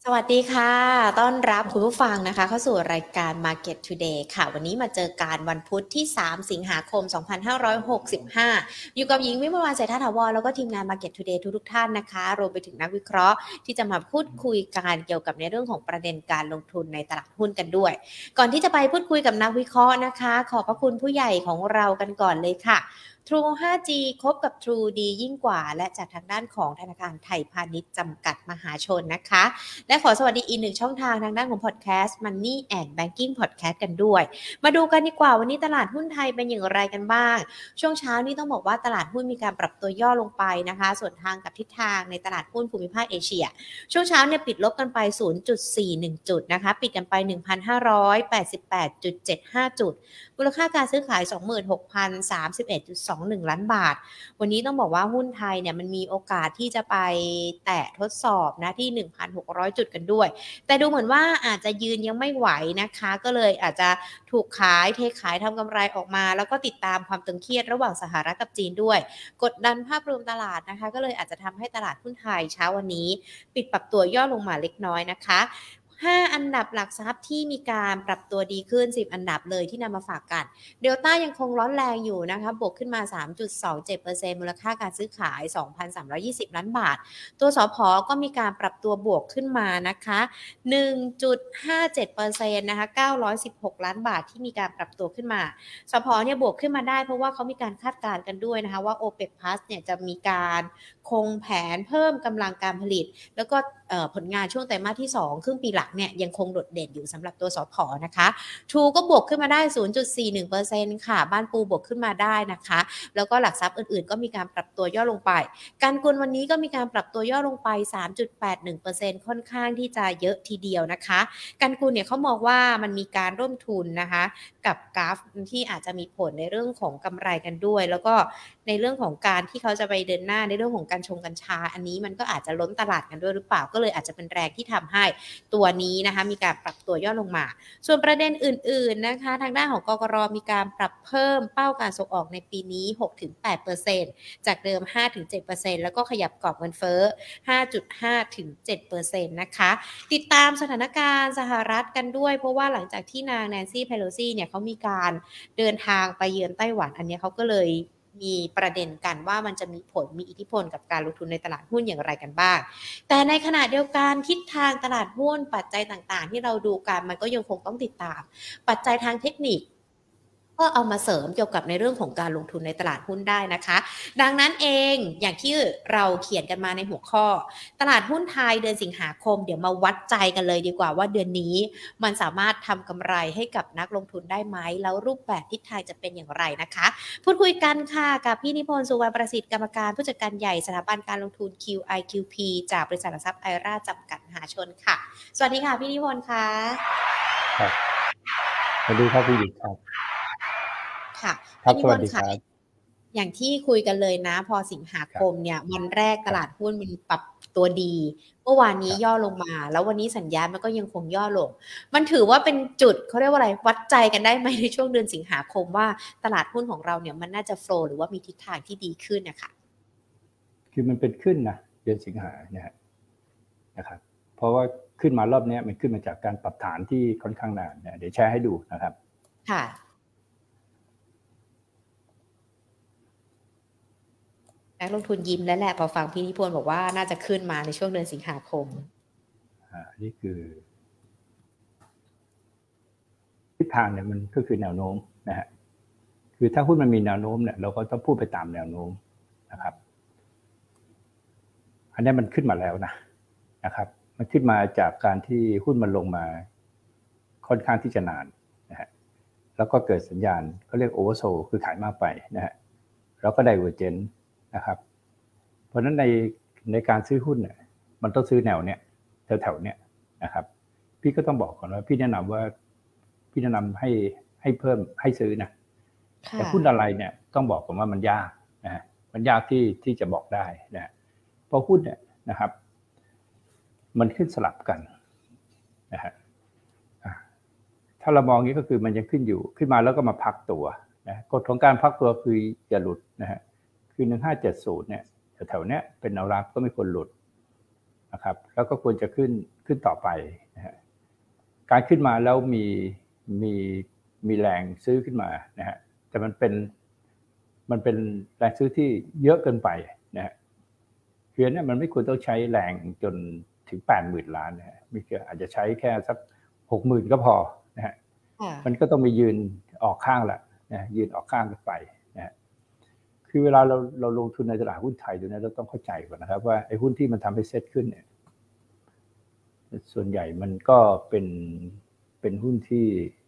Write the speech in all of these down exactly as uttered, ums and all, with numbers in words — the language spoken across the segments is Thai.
สวัสดีค่ะต้อนรับคุณผู้ฟังนะคะเข้าสู่รายการ Market Today ค่ะวันนี้มาเจอการวันพุธที่สามสิงหาคมสองพันห้าร้อยหกสิบห้าอยู่กับหญิงวิมลวรรณเศรษฐถาวรแล้วก็ทีมงาน Market Today ทุกๆท่านนะคะรวมไปถึงนักวิเคราะห์ที่จะมาพูดคุยกันเกี่ยวกับในเรื่องของประเด็นการลงทุนในตลาดหุ้นกันด้วยก่อนที่จะไปพูดคุยกับนักวิเคราะห์นะคะขอบพระคุณผู้ใหญ่ของเรากันก่อนเลยค่ะTrue ไฟว์ จี คบกับ True ดียิ่งกว่าและจากทางด้านของธนาคารไทยพาณิชย์จำกัดมหาชนนะคะและขอสวัสดีอีกหนึ่งช่องทางทางด้านของพอดแคสต์ Money and Banking Podcast กันด้วยมาดูกันดีกว่าวันนี้ตลาดหุ้นไทยเป็นอย่างไรกันบ้างช่วงเช้านี้ต้องบอกว่าตลาดหุ้นมีการปรับตัวย่อลงไปนะคะส่วนทางกับทิศทางในตลาดหุ้นภูมิภาคเอเชียช่วงเช้าเนี่ยปิดลบกันไป ศูนย์จุดสี่หนึ่ง จุดนะคะปิดกันไป หนึ่งพันห้าร้อยแปดสิบแปดจุดเจ็ดห้า จุดมูลค่าการซื้อขาย สองหมื่นหกพันสามสิบเอ็ดจุดสองหนึ่ง ล้านบาทวันนี้ต้องบอกว่าหุ้นไทยเนี่ยมันมีโอกาสที่จะไปแตะทดสอบนะที่ หนึ่งพันหกร้อย จุดกันด้วยแต่ดูเหมือนว่าอาจจะยืนยังไม่ไหวนะคะก็เลยอาจจะถูกขายเทขายทำกำไรออกมาแล้วก็ติดตามความตึงเครียดระหว่างสหรัฐกับจีนด้วยกดดันภาพรวมตลาดนะคะก็เลยอาจจะทำให้ตลาดหุ้นไทยเช้าวันนี้ปิดปรับตัวย่อลงมาเล็กน้อยนะคะห้าอันดับหลักทรัพย์ที่มีการปรับตัวดีขึ้นสิบอันดับเลยที่นำมาฝากกันเดลต้ายังคงร้อนแรงอยู่นะคะบวกขึ้นมา สามจุดสองเจ็ดเปอร์เซ็นต์ มูลค่าการซื้อขาย สองพันสามร้อยยี่สิบ ล้านบาทตัวสผ.ก็มีการปรับตัวบวกขึ้นมานะคะ หนึ่งจุดห้าเจ็ดเปอร์เซ็นต์ นะคะเก้าร้อยสิบหกล้านบาทที่มีการปรับตัวขึ้นมาสผ.เนี่ยบวกขึ้นมาได้เพราะว่าเขามีการคาดการณ์กันด้วยนะคะว่า โอเปก Plus เนี่ยจะมีการคงแผนเพิ่มกำลังการผลิตแล้วก็ผลงานช่วงไตรมาสที่สองครึ่งปีหลังเนี่ยยังคงโดดเด่นอยู่สำหรับตัวสผ.นะคะ True ก็บวกขึ้นมาได้ ศูนย์จุดสี่หนึ่งเปอร์เซ็นต์ ค่ะบ้านปูบวกขึ้นมาได้นะคะแล้วก็หลักทรัพย์อื่นๆก็มีการปรับตัวย่อลงไปการกุลวันนี้ก็มีการปรับตัวย่อลงไป สามจุดแปดหนึ่งเปอร์เซ็นต์ ค่อนข้างที่จะเยอะทีเดียวนะคะการกุลเนี่ยเขามองว่ามันมีการร่วมทุนนะคะกับกราฟที่อาจจะมีผลในเรื่องของกำไรกันด้วยแล้วก็ในเรื่องของการที่เขาจะไปเดินหน้าในเรื่องของการชงกัญชาอันนี้มันก็อาจจะล้นตลาดกันด้วยหรือเปล่าก็เลยอาจจะเป็นแรงที่ทำให้ตัวนี้นะคะมีการปรับตัวย่อลงมาส่วนประเด็นอื่นๆนะคะทางด้านของกกร.มีการปรับเพิ่มเป้าการส่งออกในปีนี้ หกถึงแปดเปอร์เซ็นต์ จากเดิม ห้าถึงเจ็ดเปอร์เซ็นต์ แล้วก็ขยับกรอบเงินเฟ้อ ห้าจุดห้าถึงเจ็ดเปอร์เซ็นต์ นะคะติดตามสถานการณ์สหรัฐกันด้วยเพราะว่าหลังจากที่นางแนนซี่ เพโลซี่เนี่ยเขามีการเดินทางไปเยือนไต้หวันอันนี้เขาก็เลยมีประเด็นกันว่ามันจะมีผลมีอิทธิพลกับการลงทุนในตลาดหุ้นอย่างไรกันบ้างแต่ในขณะเดียวกันทิศทางตลาดหุ้นปัจจัยต่างๆที่เราดูกันมันก็ยังคงต้องติดตามปัจจัยทางเทคนิคก็เอามาเสริมเกี่ยวกับในเรื่องของการลงทุนในตลาดหุ้นได้นะคะดังนั้นเองอย่างที่เราเขียนกันมาในหัวข้อตลาดหุ้นไทยเดือนสิงหาคมเดี๋ยวมาวัดใจกันเลยดีกว่าว่าเดือนนี้มันสามารถทำกำไรให้กับนักลงทุนได้ไหมแล้วรูปแบบทิศทางจะเป็นอย่างไรนะคะพูดคุยกันค่ะกับพี่นิพนธ์สุวรรณประสิทธิ์กรรมการผู้จัดการใหญ่สถาบันการลงทุน คิว ไอ คิว พี จากบริษัทหลักทรัพย์ไอราจำกัดมหาชนค่ะสวัสดีค่ะพี่นิพนธ์ค่ะครับสวัสดีครับพี่บิ๊กครับค่ะครับสวัสดีครับอย่างที่คุยกันเลยนะพอสิงหาคมเนี่ยวันแรกตลาดหุ้นมันปรับตัวดีเมื่อวานนี้ย่อลงมาแล้ววันนี้สัญญาณมันก็ยังคงย่อลงมันถือว่าเป็นจุดเขาเรียกว่าอะไรวัดใจกันได้ไหมในช่วงเดือนสิงหาคมว่าตลาดหุ้นของเราเนี่ยมันน่าจะโฟลว์หรือว่ามีทิศทางที่ดีขึ้นนะคะคือมันเป็นขึ้นนะเดือนสิงหาเนี่ยนะครับเพราะว่าขึ้นมารอบนี้มันขึ้นมาจากการปรับฐานที่ค่อนข้างนานเนี่ยเดี๋ยวแชร์ให้ดูนะครับค่ะนักลงทุนยิ้มแล้วแหละพอฟังพี่นิพนธ์บอกว่าน่าจะขึ้นมาในช่วงเดือนสิงหาคมอ่านี่คือทิศทางเนี่ยมันก็คือแนวโน้มนะฮะคือถ้าหุ้นมันมีแนวโน้มเนี่ยเราก็ต้องพูดไปตามแนวโน้มนะครับอันนี้มันขึ้นมาแล้วนะนะครับมันขึ้นมาจากการที่หุ้นมันลงมาค่อนข้างที่จะนานนะฮะแล้วก็เกิดสัญญาณเขาเรียกโอเวอร์โซลคือขายมากไปนะฮะแล้วก็ไดเวอร์เจนต์นะครับเพราะฉะนั้นในในการซื้อหุ้นเนี่ยมันต้องซื้อแนวเนี้ยแถวๆเนี้ยนะครับพี่ก็ต้องบอกก่อนว่าพี่แนะนำว่าพี่แนะนำให้ให้เพิ่มให้ซื้อนะแต่หุ้นอะไรเนี่ยต้องบอกผมว่ามันยากนะฮะมันยากที่ที่จะบอกได้นะเพราะหุ้นเนี่ยนะครับมันขึ้นสลับกันนะฮะถ้าเรามองงี้ก็คือมันยังขึ้นอยู่ขึ้นมาแล้วก็มาพักตัวนะกฎของการพักตัวคืออย่าหลุดนะฮะคือหนึ่งพันห้าร้อยเจ็ดสิบเนี่ยแถวๆเนี้ยเป็นแนวรับก็ไม่ควรหลุดนะครับแล้วก็ควรจะขึ้นขึ้นต่อไปนะฮะการขึ้นมาแล้วมีมีมีแรงซื้อขึ้นมานะฮะแต่มันเป็นมันเป็นแรงซื้อที่เยอะเกินไปนะฮะคือเนี่ยมันไม่ควรต้องใช้แรงจนถึง แปดหมื่น ล้านนะฮะไม่เกินอาจจะใช้แค่สัก หกหมื่น ก็พอนะฮะมันก็ต้องไปยืนออกข้างละนะยืนออกข้างกันไปนะฮะคือเวลาเราเราลงทุนในตลาดหุ้นไทยตัวนี้เราต้องเข้าใจก่อนนะครับว่าไอ้หุ้นที่มันทำให้เซ็ตขึ้นเนี่ยส่วนใหญ่มันก็เป็นเป็นหุ้นที่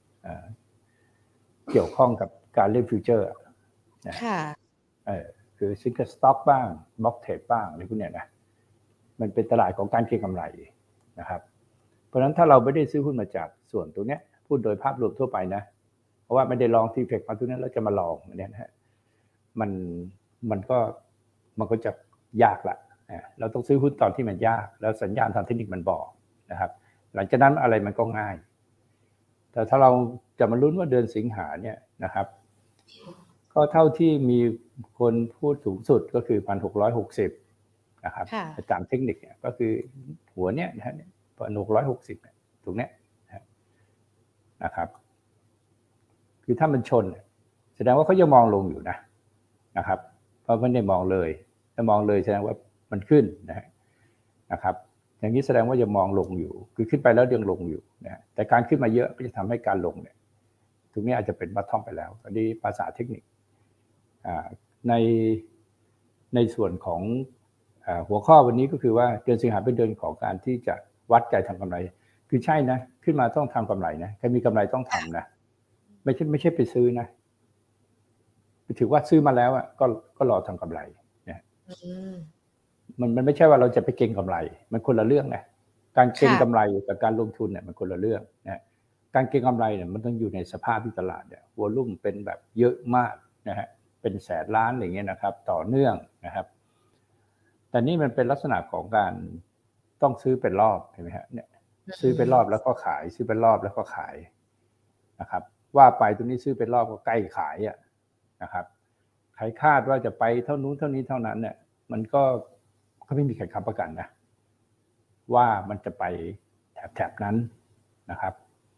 เกี่ยวข้องกับการเล่นฟิวเจอร์นะเออคือซิงเกิลสต็อกบ้างบล็อกเทรดบ้างอะไรพวกเนี้ยนะมันเป็นตลาดของการเก็งกำไรนะครับเพราะฉะนั้นถ้าเราไม่ได้ซื้อหุ้นมาจากส่วนตัวเนี้ยพูดโดยภาพรวมทั่วไปนะเพราะว่าไม่ได้ลองทีเฟกมาตัวนั้นแล้วจะมาลองเนี่ยนะฮะมันมันก็มันก็จะยากละเราต้องซื้อหุ้นตอนที่มันยากแล้วสัญญาณทางเทคนิคมันบอกนะครับหลังจากนั้นอะไรมันก็ง่ายแต่ถ้าเราจะมาลุ้นว่าเดือนสิงหาเนี่ยนะครับก็เท่าที่มีคนพูดสูงสุดก็คือ หนึ่งพันหกร้อยหกสิบ นะครับตามเทคนิคเนี่ยก็คือหัวเนี้ยนะฮะหนึ่งพันหกร้อยหกสิบเนี่ยตรงเนี้ยนะครับคือถ้ามันชนแสดงว่าเขายังมองลงอยู่นะนะครับเพราะไม่ได้มองเลยถ้ามองเลยแสดงว่ามันขึ้นนะฮะนะครับอย่างนี้แสดงว่ายังมองลงอยู่คือขึ้นไปแล้วยังลงอยู่นะแต่การขึ้นมาเยอะก็จะทำให้การลงเนี่ยตรงนี้อาจจะเป็นบัตทอมไปแล้วอันนี้ภาษาเทคนิคในในส่วนของหัวข้อวันนี้ก็คือว่าเดือนสิงหาเป็นเดือนของการที่จะวัดใจทำกำไรคือใช่นะขึ้นมาต้องทำกำไรนะใครมีกำไรต้องทำนะไม่ใช่ไม่ใช่ไปซื้อนะถือว่าซื้อมาแล้วอ่ะก็ก็รอทำกำไรนะมันมันไม่ใช่ว่าเราจะไปเก็งกำไรมันคนละเรื่องนะการเก็งกำไรกับการลงทุนเนี่ยมันคนละเรื่องนะการเก็งกำไรเนี่ยมันต้องอยู่ในสภาพที่ตลาดเนี่ยวอลุ่มเป็นแบบเยอะมากนะฮะเป็นแสนล้านอย่างเงี้ยนะครับต่อเนื่องนะครับแต่นี่มันเป็นลักษณะของการต้องซื้อเป็นรอบเห็นไหมฮะเนี่ยซื้อเป็นรอบแล้วก็ขายซื้อเป็นรอบแล้วก็ขายนะครับว่าไปตรงนี้ซื้อเป็นรอบก็ใกล้ขายอ่ะนะครับใครคาดว่าจะไปเท่านู้นเท่านี้เท่านั้นเนี่ยมันก็ก็ไม่มีใครค้ำประกันนะว่ามันจะไปแถบๆนั้นนะครับ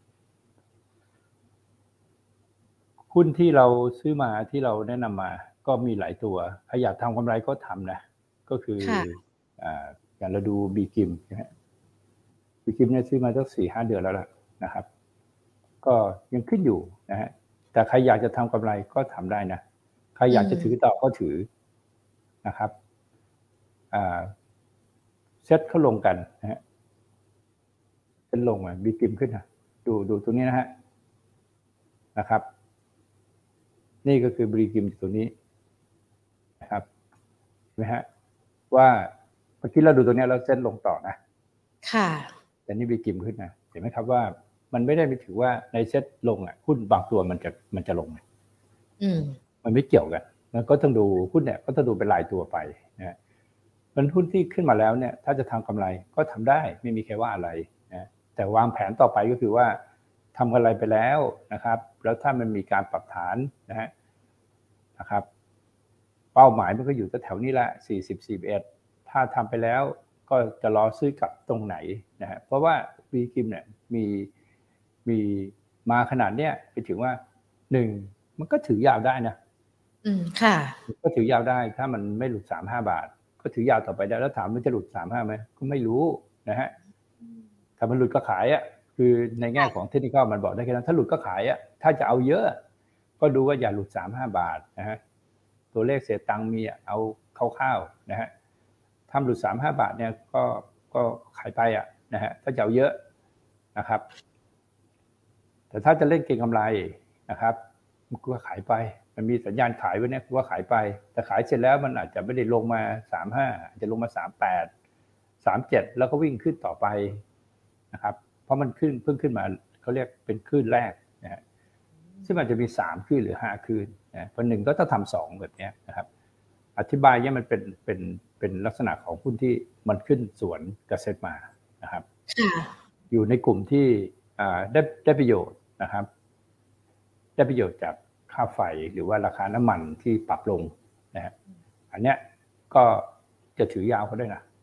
หุ้นที่เราซื้อมาที่เราแนะนำมาก็มีหลายตัวใครอยากทำกำไรก็ทำนะก็คืออ่าอย่างเราดูบีกิมนะฮะบีกิมเนี่ยซื้อมาตั้ง สี่ห้า เดือนแล้วล่ะนะครับก็ยังขึ้นอยู่นะฮะแต่ใครอยากจะทำกำไรก็ทำได้นะใครอยากจะถือต่อก็ถือนะครับอ่าเซ็ตเขาลงกันนะฮะเป็นลงอ่ะบีกิมขึ้นนะดูดูตรงนี้นะฮะนะครับนี่ก็คือบีกิมตัวนี้นะครับเห็นไหมฮะว่าเมื่อกี้เราดูตัวนี้แล้วเซ็ตลงต่อนะค่ะแต่นี่บีกิมขึ้นนะเห็นไหมครับว่ามันไม่ได้ไปถือว่าในเซ็ตลงอ่ะหุ้นบางตัวมันจะมันจะลงอืมมันไม่เกี่ยวกันมันก็ต้องดูหุ้นเนี่ยก็ต้องดูเป็นรายตัวไปนะมันหุ้นที่ขึ้นมาแล้วเนี่ยถ้าจะทำกำไรก็ทำได้ไม่มีใครว่าอะไรนะแต่วางแผนต่อไปก็คือว่าทำกำไรไปแล้วนะครับแล้วถ้ามันมีการปรับฐานนะฮะนะครับเป้าหมายมันก็อยู่แถวนี้แหละสี่สิบ สี่สิบเอ็ดถ้าทำไปแล้วก็จะรอซื้อกลับตรงไหนนะฮะเพราะว่าวีกิมเนี่ยมีมีมาขนาดเนี้ยไปถึงว่าหนึ่งมันก็ถือยาวได้นะอืมค่ะก็ถือยาวได้ถ้ามันไม่หลุดสามสิบห้าบาทก็ถือยาวต่อไปได้แล้วถามมันจะหลุดสามสิบห้ามั้ยก็ไม่รู้นะฮะถ้ามันหลุดก็ขายอ่ะคือในแง่ของเทคนิคมันบอกได้แค่นั้นถ้าหลุดก็ขายอ่ะถ้าจะเอาเยอะก็ดูว่าอย่าหลุดสามสิบห้าบาทนะฮะตัวเลขเศษตังค์มีเอาคร่าวๆนะฮะถ้าหลุดสามสิบห้าบาทเนี่ยก็ก็ขายไปอ่ะนะฮะถ้าจะเอาเยอะนะครับแต่ถ้าจะเล่นเก็งกำไรนะครับมันก็ขายไปมันมีสัญญาณขายไว้เนี่ยก็ขายไปแต่ขายเสร็จแล้วมันอาจจะไม่ได้ลงมาสามสิบห้าอาจจะลงมาสามสิบแปด สามสิบเจ็ดแล้วก็วิ่งขึ้นต่อไปนะครับเพราะมันขึ้นเพิ่งขึ้นมาเขาเรียกเป็นคลื่นแรกนะฮะซึ่งมันจะมีสามคลื่นหรือห้าคลื่นนะเพราะหนึ่งก็ต้องทำสองแบบนี้นะครับอธิบายเนี่ยมันเป็นเป็นเป็นลักษณะของหุ้นที่มันขึ้นสวนกับเซ็ตมานะครับอยู่ในกลุ่มที่ได้ได้ประโยชน์นะครับได้ประโยชน์จากค่าไฟหรือว่าราคาน้ำมันที่ปรับลงนะฮะอันเนี้ยก็จะถือยาวเขาได้นะเพ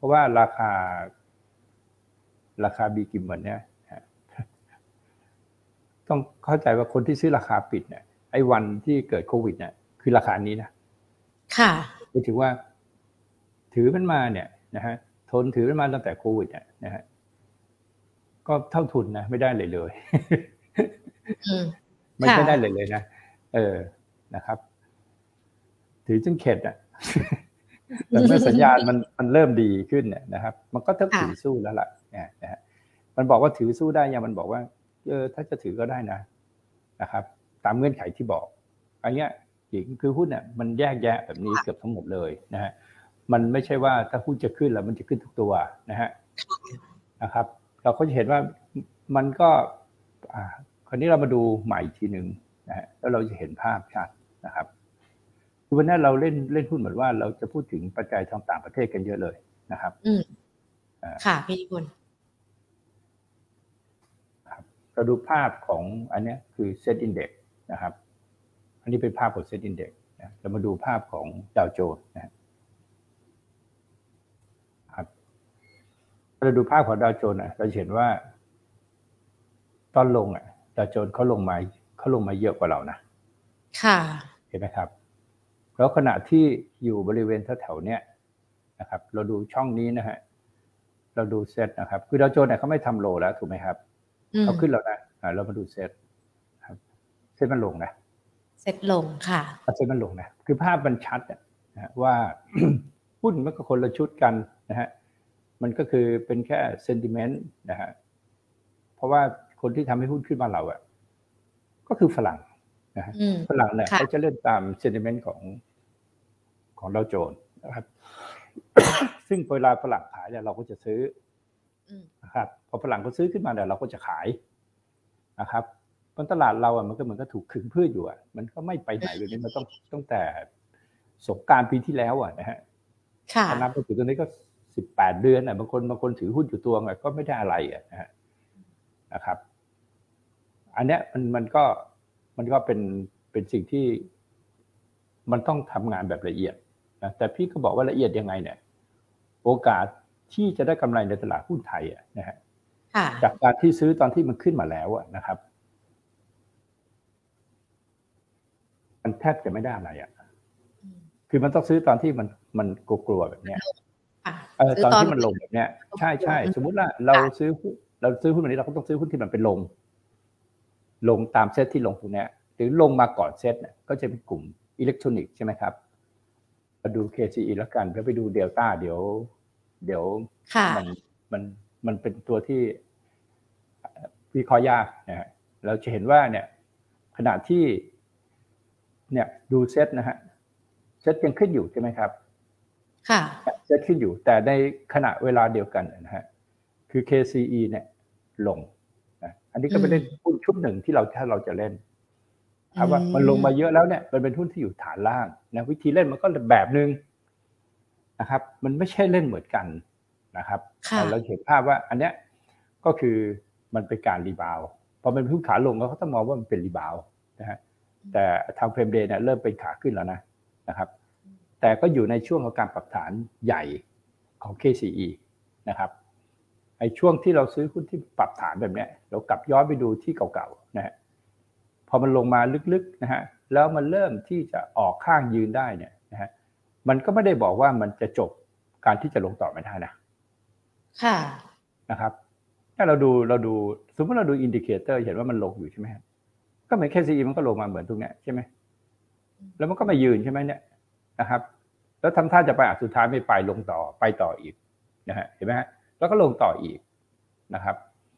ราะว่าราคาราคาบีกิมวันเนี้ยต้องเข้าใจว่าคนที่ซื้อราคาปิดเนี่ยไอ้วันที่เกิดโควิดเนี่ยคือราคานี้นะค่ะก็ถือว่าถือมันมาเนี่ยนะฮะทนถือมันมาตั้งแต่โควิดเนี่ยนะฮะก็เท่าทุนนะไม่ได้เลยเลยไม่ใช่ได้เลยเลยนะเออนะครับถือจนเข็ดอ่ะแต่เมื่อสัญญาณมันมันเริ่มดีขึ้นเนี่ยนะครับมันก็ต้องถือสู้แล้วล่ะเนี่ยนะฮะมันบอกว่าถือสู้ได้ยังมันบอกว่าเออถ้าจะถือก็ได้นะนะครับตามเงื่อนไขที่บอกอันเนี้ยจริงคือหุ้นเนี่ยมันแยกแยะแบบนี้เกือบทั้งหมดเลยนะฮะมันไม่ใช่ว่าถ้าหุ้นจะขึ้นแล้วมันจะขึ้นทุกตัวนะฮะนะครับเราก็จะเห็นว่ามันก็อ่าคราวนี้เรามาดูใหม่อีกทีนึงนะฮะแล้วเราจะเห็นภาพชัดนะครับคือวันนี้เราเล่นเล่นหุ้นเหมือนว่าเราจะพูดถึงปัจจัยทางต่างประเทศกันเยอะเลยนะครับอืมค่ะพี่นิพนธ์เราดูภาพของอันนี้คือ Set Index นะครับอันนี้เป็นภาพของ Set Index นะเรามาดูภาพของดาวโจนส์นะครับเราดูภาพของดาวโจนส์นะเราเห็นว่าตอนลงอ่ะดาวโจนส์เขาลงมาเขาลงมาเยอะกว่าเรานะค่ะเห็นไหมครับแล้วขณะที่อยู่บริเวณแถวๆเนี้ยนะครับเราดูช่องนี้นะฮะเราดูเซตนะครับคือดาวโจนส์เนี่ยเขาไม่ทำโลแล้วถูกไหมครับเขาขึ้นแล้วนะเรามาดูเซตครับเซตมันลงนะเซตลงค่ะเซตมันลงนะคือภาพมันชัดนะว่าหุ้นมันก็คนละชุดกันนะฮะมันก็คือเป็นแค่เซนติเมนต์นะฮะเพราะว่าคนที่ทำให้หุ้นขึ้นมาเราอ่ะก็คือฝรั่งนะฮะฝรั่งเนี่ยเขาจะเล่นตามเซนติเมนต์ของของดาวโจนส์นะครับซึ่งเวลาฝรั่งขายเนี่ยเราก็จะซื้อนะครับพอฝรั่งเขาซื้อขึ้นมาเนี่ยเราก็จะขายนะครับเพราะตลาดเราอ่ะมันก็เหมือนกับถูกขึงพืชอยู่อ่ะมันก็ไม่ไปไหนเลยนี่มันต้องตั้งแต่สงกรานต์ปีที่แล้วอ่ะนะฮะค่ะนับไปถึงตอนนี้ก็สิบแปดเดือนอ่ะบางคนบางคนถือหุ้นอยู่ตัวไงก็ไม่ได้อะไรอ่ะนะฮะนะครับอันเนี้ยมันมันก็มันก็เป็นเป็นสิ่งที่มันต้องทำงานแบบละเอียดนะแต่พี่ก็บอกว่าละเอียดยังไงเนี่ยโอกาสที่จะได้กำไรในตลาดหุ้นไทยอ่ะนะฮะจากการที่ซื้อตอนที่มันขึ้นมาแล้วอ่ะนะครับมันแทบจะไม่ได้อะไรอ่ะคือมันต้องซื้อตอนที่มันมันกลัวๆแบบเนี้ยเออตอนที่มันลงแบบเนี้ยใช่ใช่สมมุติว่าเราซื้อเราซื้อหุ้นแบบนี้เราก็ต้องซื้อหุ้นที่มันเป็นลงลงตามเซตที่ลงตรงเนี้ยหรือลงมาก่อนเซตเนี่ยก็จะเป็นกลุ่มอิเล็กทรอนิกส์ใช่ไหมครับมาดู เค ซี อี แล้วกันแล้วไปดูเดลต้าเดี๋ยวเดี๋ยวมันมันมันเป็นตัวที่วิเคราะห์ยากนะฮะเราจะเห็นว่าเนี่ยขณะที่เนี่ยดูเซตนะฮะเซตยังขึ้นอยู่ใช่ไหมครับค่ะเซตขึ้นอยู่แต่ในขณะเวลาเดียวกันนะฮะคือ เค ซี อี เนี่ยลงนะอันนี้ก็เป็นหุ้นชุดหนึ่งที่เราถ้าเราจะเล่นครับว่ามันลงมาเยอะแล้วเนี่ยมันเป็นหุ้นที่อยู่ฐานล่างนะวิธีเล่นมันก็แบบนึงนะครับมันไม่ใช่เล่นเหมือนกันนะครับเราเห็นภาพว่าอันเนี้ยก็คือมันเป็นการรีบาวพอเป็นหุ้นขาลงเขาต้องมองว่ามันเป็นรีบาวนะฮะแต่ทางเฟรมเดย์เนี่ยเริ่มเป็นขาขึ้นแล้วนะนะครับแต่ก็อยู่ในช่วงของการปรับฐานใหญ่ของ เค ซี อี นะครับไอ้ช่วงที่เราซื้อหุ้นที่ปรับฐานแบบเนี้ยเรากลับย้อนไปดูที่เก่าๆนะฮะพอมันลงมาลึกๆนะฮะแล้วมันเริ่มที่จะออกข้างยืนได้เนี่ยนะฮะมันก็ไม่ได้บอกว่ามันจะจบการที่จะลงต่อไม่ได้นะค่ะนะครับถ้าเราดูเราดูสมมติเราดูอินดิเคเตอร์เห็นว่ามันลงอยู่ใช่ไหมก็เหมือน เค ซี อี มันก็ลงมาเหมือนตรงเนี้ยใช่ไหมแล้วมันก็มายืนใช่ไหมเนี่ยนะครับแล้วทำท่าจะไปอ่ะสุดท้ายไม่ไปลงต่อไปต่ออีกนะฮะเห็นไหมฮะแล้วก็ลงต่ออีกนะครับ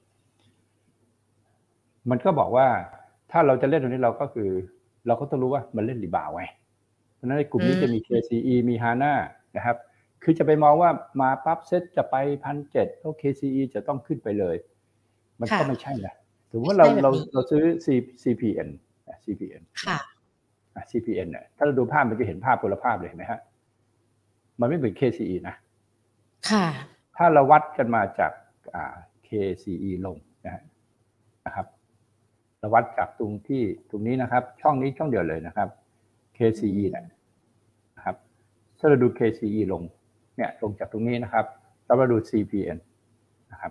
มันก็บอกว่าถ้าเราจะเล่นตรงนี้เราก็คือเราก็ต้องรู้ว่ามันเล่นรีบาวไงเพราะฉะนั้นในกลุ่มนี้จะมี เค ซี อี มี ฮาน่า นะครับคือจะไปมองว่ามาปั๊บเซ็ตจะไป หนึ่งพันเจ็ดร้อย แล้ว เค ซี อี จะต้องขึ้นไปเลยมันก็ไม่ใช่นะสมมติว่าเราเราเราซื้อ ซี พี เอ็น ซี พี เอ็นค่ะซี พี เอ็น เนี่ยถ้าเราดูภาพมันจะเห็นภาพพลภาพเลยเห็นไหมฮะมันไม่เหมือน เค ซี อี นะค่ะถ้าเราวัดกันมาจากอ่า เค ซี อี ลงนะฮะนะครับเราวัดจากตรงที่ตรงนี้นะครับช่องนี้ช่องเดียวเลยนะครับ เค ซี อี เนี่ยนะครับถ้าเราดู เค ซี อี ลงเนี่ยลงจากตรงนี้นะครับแล้วมาดู ซี พี เอ็น นะครับ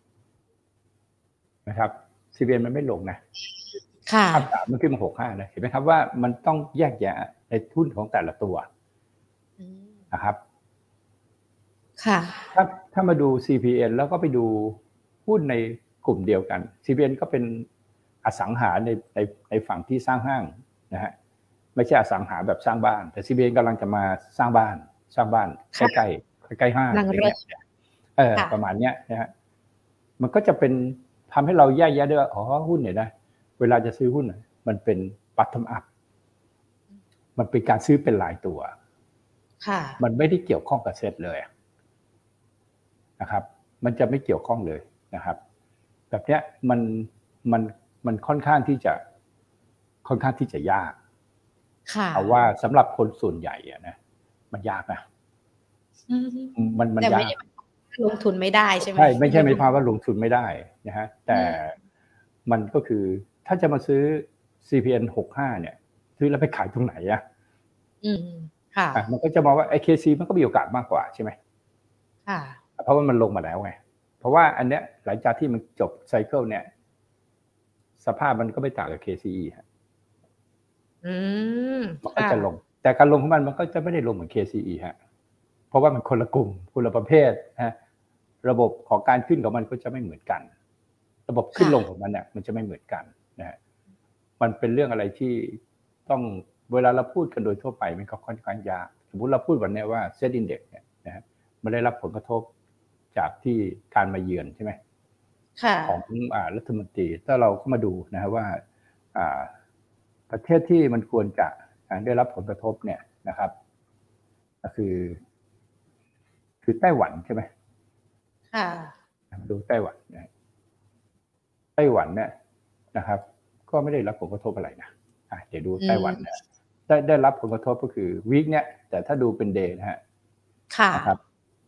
นะครับ ซี พี เอ็น มันไม่ลงนะค่ะภาพสามมันขึ้นมาหกสิบห้านะเห็นไหมครับว่ามันต้องแยกแยะในหุ้นของแต่ละตัวนะครับค่ะถ้าถ้ามาดู ซี พี เอ็น แล้วก็ไปดูหุ้นในกลุ่มเดียวกัน ซี พี เอ็น ก็เป็นอสังหาในในในฝั่งที่สร้างห้างนะฮะไม่ใช่อสังหาแบบสร้างบ้านแต่ ซี พี เอ็น กำลังจะมาสร้างบ้านสร้างบ้านใกล้ใกล้ใกล้ห้างอะไรเงี้ยเออประมาณเนี้ยนะฮะมันก็จะเป็นทำให้เราแยกแยะได้ว่าอ๋อหุ้นเนี่ยนะเวลาจะซื้อหุ้นมันเป็น bottom up มันเป็นการซื้อเป็นรายตัวมันไม่ได้เกี่ยวข้องกับเซ็ตเลยนะครับมันจะไม่เกี่ยวข้องเลยนะครับแบบเนี้ยมันมันมันค่อนข้างที่จะค่อนข้างที่จะยากเอาว่าสำหรับคนส่วนใหญ่อะนะมันยากนะมันมันยากลงทุนไม่ได้ใช่ไหมใช่ไม่ใช่ไม่พาว่าลงทุนไม่ได้นะฮะแต่มันก็คือถ้าจะมาซื้อ ซี พี เอ็น หกสิบห้าเนี่ยซื้อแล้วไปขายตรงไหนอ่ะอืมค่ะมันก็จะมองว่า ไอ เค ซี มันก็มีโอกาสมากกว่าใช่ไหมค่ะเพราะว่ามันลงมาแล้วไงเพราะว่าอันเนี้ยหลังจากที่มันจบไซเคิลเนี่ยสภาพมันก็ไม่ต่างกับ เค ซี อี ฮะอืมมันก็จะลงแต่การลงของมันมันก็จะไม่ได้ลงเหมือน เค ซี อี ฮะเพราะว่ามันคนละกลุ่มคนละประเภทฮะระบบของการขึ้นของมันก็จะไม่เหมือนกันระบบขึ้นลงของมันเนี่ยมันจะไม่เหมือนกันนะฮะมันเป็นเรื่องอะไรที่ต้องเวลาเราพูดกันโดยทั่วไปมันก็ค่อนข้างยากสมมุติเราพูดวันนี้ว่าเซ็ตอินเด็กซ์เนี่ยนะฮะมันได้รับผลกระทบจากที่การมาเยือนใช่ไหมของอ่ารัฐมนตรีถ้าเราก็มาดูนะฮะว่าอ่าประเทศที่มันควรจะได้รับผลกระทบเนี่ยนะครับก็คือคือไต้หวันใช่ไหมค่ะดูไต้หวันนะไต้หวันเนี่ยนะครับก็ไม่ได้รับผลกระทบอะไรนะอ่ะเดี๋ยวดูไต้หวันเนี่ยได้ได้รับผลกระทบก็คือวีคเนี่ยแต่ถ้าดูเป็นเดย์นะฮะค่ะนะครับ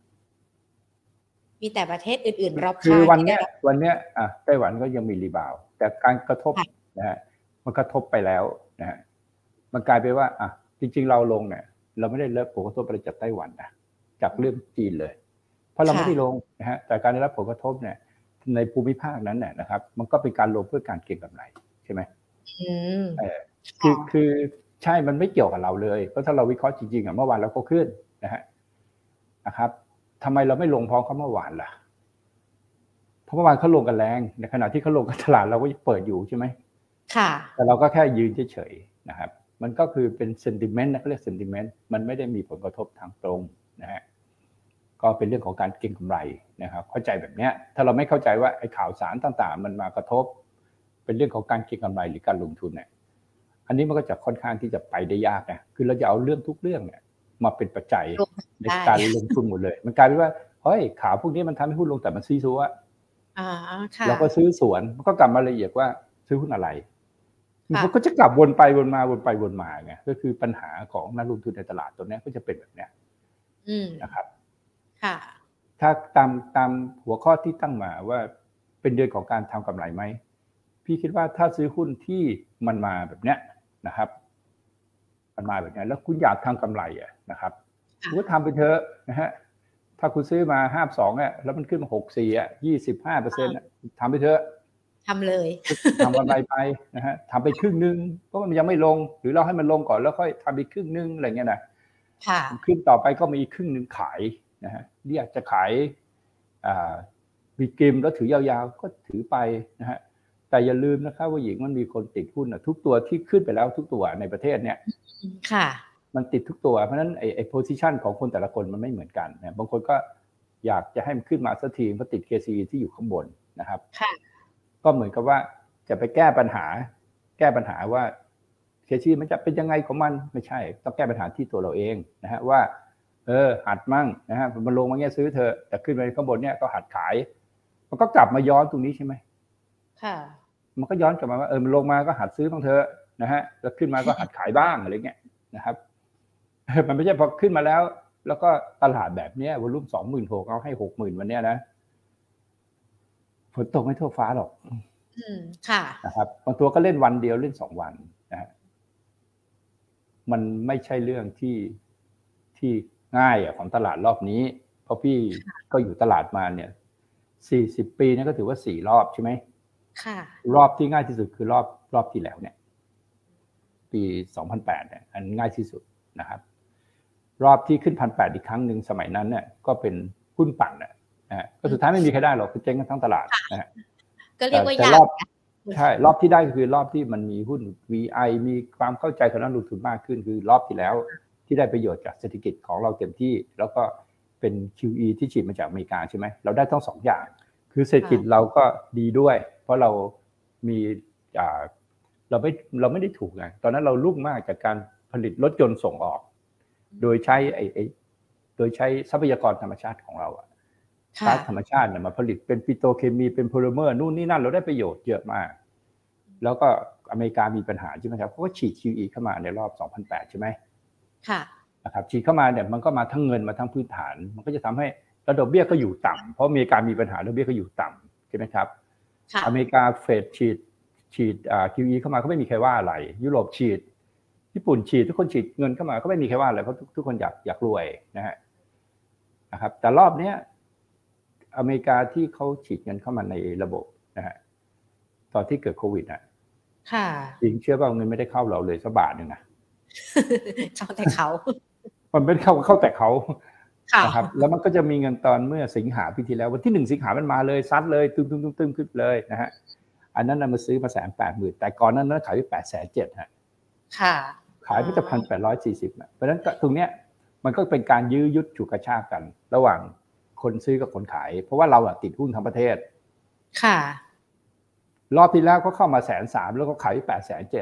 มีแต่ประเทศอื่นๆรอบข้างคือวันเนี้ยวันเนี้ยอ่ะไต้หวันก็ยังมีรีบาวด์แต่การกระทบนะฮะมันกระทบไปแล้วนะฮะมันกลายเป็นว่าอ่ะจริงๆเราลงเนี่ยเราไม่ได้รับผลกระทบอะไรจากไต้หวันนะจากเรื่องจีนเลยเพราะเราไม่ได้ลงนะฮะแต่การได้รับผลกระทบเนี่ยในภูมิภาคนั้นเนี่ยนะครับมันก็เป็นการลงเพื่อการเก็งกำไรใช่ไหมอืมเออคือคือใช่มันไม่เกี่ยวกับเราเลยเพราะถ้าเราวิเคราะห์จริงๆอ่ะเมื่อวานเราก็ขึ้นนะฮะนะครับทำไมเราไม่ลงพร้อมเขาเมื่อวานล่ะเพราะเมื่อวานเขาลงกันแรงในขณะที่เขาลงกันตลาดเราก็เปิดอยู่ใช่ไหมค่ะแต่เราก็แค่ยืนเฉยๆนะครับมันก็คือเป็น sentiment นะเขาเรียก sentiment มันไม่ได้มีผลกระทบทางตรงนะฮะก็เป็นเรื่องของการเก็งกำไรนะครับเข้าใจแบบนี้ถ้าเราไม่เข้าใจว่าไอ้ข่าวสารต่างๆมันมากระทบเป็นเรื่องของการเก็งกำไรหรือการลงทุนเนี่ยอันนี้มันก็จะค่อนข้างที่จะไปได้ยากนะคือเราจะเอาเรื่องทุกเรื่องเนี่ยมาเป็นปัจจัยในการลงทุนหมดเลยมันกลายเป็นว่าเฮ้ยข่าวพวกนี้มันทำให้หุ้นลงแต่มันซีซัวเราก็ซื้อสวนมันก็กลับมาละเอียดว่าซื้อหุ้นอะไรมันก็จะกลับวนไปวนมาวนไปวนมาไงก็คือปัญหาของนักลงทุนในตลาดตัวนี้ก็จะเป็นแบบนี้นะครับค่ะถ้าตามตามหัวข้อที่ตั้งมาว่าเป็นเดือนของการทำกำไรไหมพี่คิดว่าถ้าซื้อหุ้นที่มันมาแบบเนี้ยนะครับมันมาแบบนี้แล้วคุณอยากทำกำไรอ่ะนะครับคุณก็ทำไปเถอะนะฮะถ้าคุณซื้อมาห้าสิบสองอ่ะแล้วมันขึ้นมาหกสิบสี่อ่ะยี่สิบห้าเปอร์เซ็นต์ทำไปเถอะทำเลยทำกำไรไปนะฮะทำไปครึ่งนึงเพราะมันยังไม่ลงหรือเราให้มันลงก่อนแล้วค่อยทำไปครึ่งนึงอะไรเงี้ยนะค่ะขึ้นต่อไปก็มีครึ่งนึงขายนะฮะเรียกจะขายอ่ามีเกมแล้วถือยาวๆก็ถือไปนะฮะแต่อย่าลืมนะครับว่าหญิงมันมีคนติดหุ้นทุกตัวที่ขึ้นไปแล้วทุกตัวในประเทศเนี่ยค่ะมันติดทุกตัวเพราะฉะนั้นไอ้ไอ้โพซิชันของคนแต่ละคนมันไม่เหมือนกันนะบางคนก็อยากจะให้มันขึ้นมาสักทีเพราะติด เค ซี อี ที่อยู่ข้างบนนะครับค่ะก็เหมือนกับว่าจะไปแก้ปัญหาแก้ปัญหาว่า เค ซี อี มันจะเป็นยังไงของมันไม่ใช่ต้องแก้ปัญหาที่ตัวเราเองนะฮะว่าเออหัดมั่งนะฮะมันลงมาเงี้ยซื้อเธอแต่ขึ้นไปข้างบนเนี่ยก็หัดขายมันก็กลับมาย้อนตรงนี้ใช่ไหมค่ะมันก็ย้อนกลับมาว่าเออมันลงมาก็หัดซื้อบ้างเถอะนะฮะแล้วขึ้นมาก็หัดขายบ้างอะไรเงี้ยนะครับมันไม่ใช่พอขึ้นมาแล้วแล้วก็ตลาดแบบเนี้ยวอลุ่ม สองหมื่นหกพัน เอาให้ หกหมื่น วันเนี้ยนะฝนตกไม่ทั่วฟ้าหรอกอืมค่ะนะครับบางตัวก็เล่นวันเดียวเล่นสองวันนะฮะมันไม่ใช่เรื่องที่ที่ง่ายอ่ะของตลาดรอบนี้เพเพราะพี่ก็อยู่ตลาดมาเนี่ยสี่สิบปีนี่ก็ถือว่าสี่รอบใช่ไหมค่ะรอบที่ง่ายที่สุดคือรอบรอบที่แล้วเนี่ยปีสองพันแปดเนี่ยอันง่ายที่สุดนะครับรอบที่ขึ้น หนึ่งพันแปดร้อย อีกครั้งนึงสมัยนั้นเนี่ยก็เป็นหุ้นปั่นน่ะนะฮะก็สุดท้ายไม่มีใครได้หรอกคือเจ๊งกันทั้งตลาดนะฮะก็เรียกว่ายากรอบใช่รอบที่ได้คือรอบที่มันมีหุ้น วี ไอ มีความเข้าใจของนักลงทุนมากขึ้นคือรอบที่แล้วที่ได้ประโยชน์จากเศรษฐกิจของเราเต็มที่แล้วก็เป็น คิว อี ที่ฉีดมาจากอเมริกาใช่ไหมเราได้ทั้งสองอย่างคือเศรษฐกิจเราก็ดีด้วยเพราะเรามีอ่าเราไม่เราไม่ได้ถูกไงตอนนั้นเราลุ่มมากจากการผลิตรถยนต์ส่งออกโดยใช้ไอ้ไอ้โดยใช้ทรัพยากรธรรมชาติของเราอะก๊าซธรรมชาติเนี่ยมาผลิตเป็นปิโตรเคมีเป็นโพลิเมอร์นู่นนี่นั่นเราได้ประโยชน์เยอะมากแล้วก็อเมริกามีปัญหาใช่ไหมครับเขาก็ฉีด คิว อี เข้ามาในรอบสองพันแปดใช่ไหมค่ะนะครับฉีดเข้ามาเนี่ยมันก็มาทั้งเงินมาทั้งพื้นฐานมันก็จะทำให้ระดับเบี้ยก็อยู่ต่ำเพราะอเมริกามีปัญหาดอกเบี้ยก็อยู่ต่ำใช่ไหมครับอเมริกาเฟดฉีดฉีดอ่า คิว อี เข้ามาก็ไม่มีใครว่าอะไรยุโรปฉีดญี่ปุ่นฉีดทุกคนฉีดเงินเข้ามาก็ไม่มีใครว่าอะไรเพราะทุกคนอยากอยากรวยนะฮะนะครับแต่รอบเนี้ยอเมริกาที่เขาฉีดเงินเข้ามาในระบบนะฮะตอนที่เกิดโควิดอ่ะค่ะจริงเชื่อป่ะเงินไม่ได้เข้าเราเลยสักบาทนึงนะเข้าแต่เขามันไม่ได้เข้าเข้าแต่เขานะครับแล้วมันก็จะมีเงินตอนเมื่อสิงหาปีที่แล้ววันที่หนึ่งสิงหามันมาเลยซัดเลยตึ้มตึ้มตึ้มตึ้มขึ้นเลยนะฮะอันนั้นมาซื้อมาแสนแปดหมื่นแต่ก่อนนั้นนั้นขายไปแปดแสนเจ็ดฮะค่ะขายไปจะพันแปดร้อยสี่สิบนะเพราะฉะนั้นตรงเนี้ยมันก็เป็นการยื้อยุดฉุกกระชากกันระหว่างคนซื้อกับคนขายเพราะว่าเราอะติดหุ้นทั้งประเทศค่ะรอบที่แล้วก็เข้ามาแสนสามแล้วก็ขายไปแปดแสนเจ็ด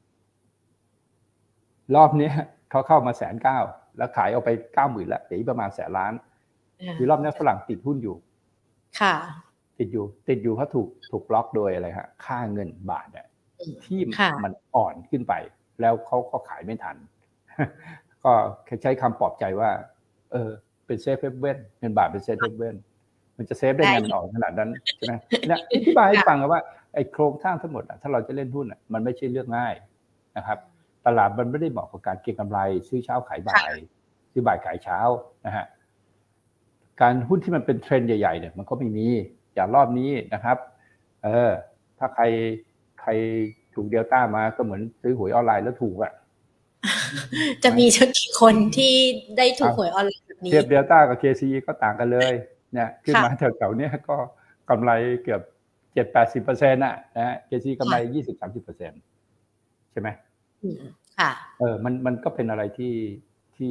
รอบนี้เขาเข้ามาแสนเก้าแล้วขายเอาไปเก้าหมื่นแล้วเดี๋ยวประมาณแสนล้านคือรอบนี้ฝรั่งติดหุ้นอยู่ค่ะติดอยู่ติดอยู่เพราะถูกถูกล็อกโดยอะไรฮะค่าเงินบาทเนี่ยที่มันอ่อนขึ้นไปแล้วเขาก็ขายไม่ทันก็ใช้คำปลอบใจว่าเออเป็นเซฟเฮเว่นเงินบาทเป็นเซฟเฮเว่นมันจะเซฟได้ไงมันอ่อนขนาดนั้นใช่ไหมเนี่ยอธิบายให้ฟังว่าไอ้โครงสร้างทั้งหมดถ้าเราจะเล่นหุ้นมันไม่ใช่เรื่องง่ายนะครับตลาดมันไม่ได้เหมาะกับการเก็งกำไรซื้อเช้าขายบ่ายซื้อบ่ายขายเช้านะฮะการหุ้นที่มันเป็นเทรนด์ใหญ่ๆเนี่ยมันก็ไม่มีอย่างรอบนี้นะครับเออถ้าใครใครถูกเดลต้ามาก็เหมือนซื้อหวยออนไลน์แล้วถูกอ่ะจะมีสักกี่คนที่ได้ถูกหวยออนไลน์แบบนี้เทียบเดลต้ากับ เค ซี อี ก็ต่างกันเลยเนี่ยขึ้นมาแถวๆนี้ก็กำไรเกือบ เจ็ดถึงแปดสิบเปอร์เซ็นต์ น่ะนะฮะ เค ซี อี กำไร ยี่สิบถึงสามสิบเปอร์เซ็นต์ ใช่ไหมค่ะเออมันมันก็เป็นอะไรที่ที่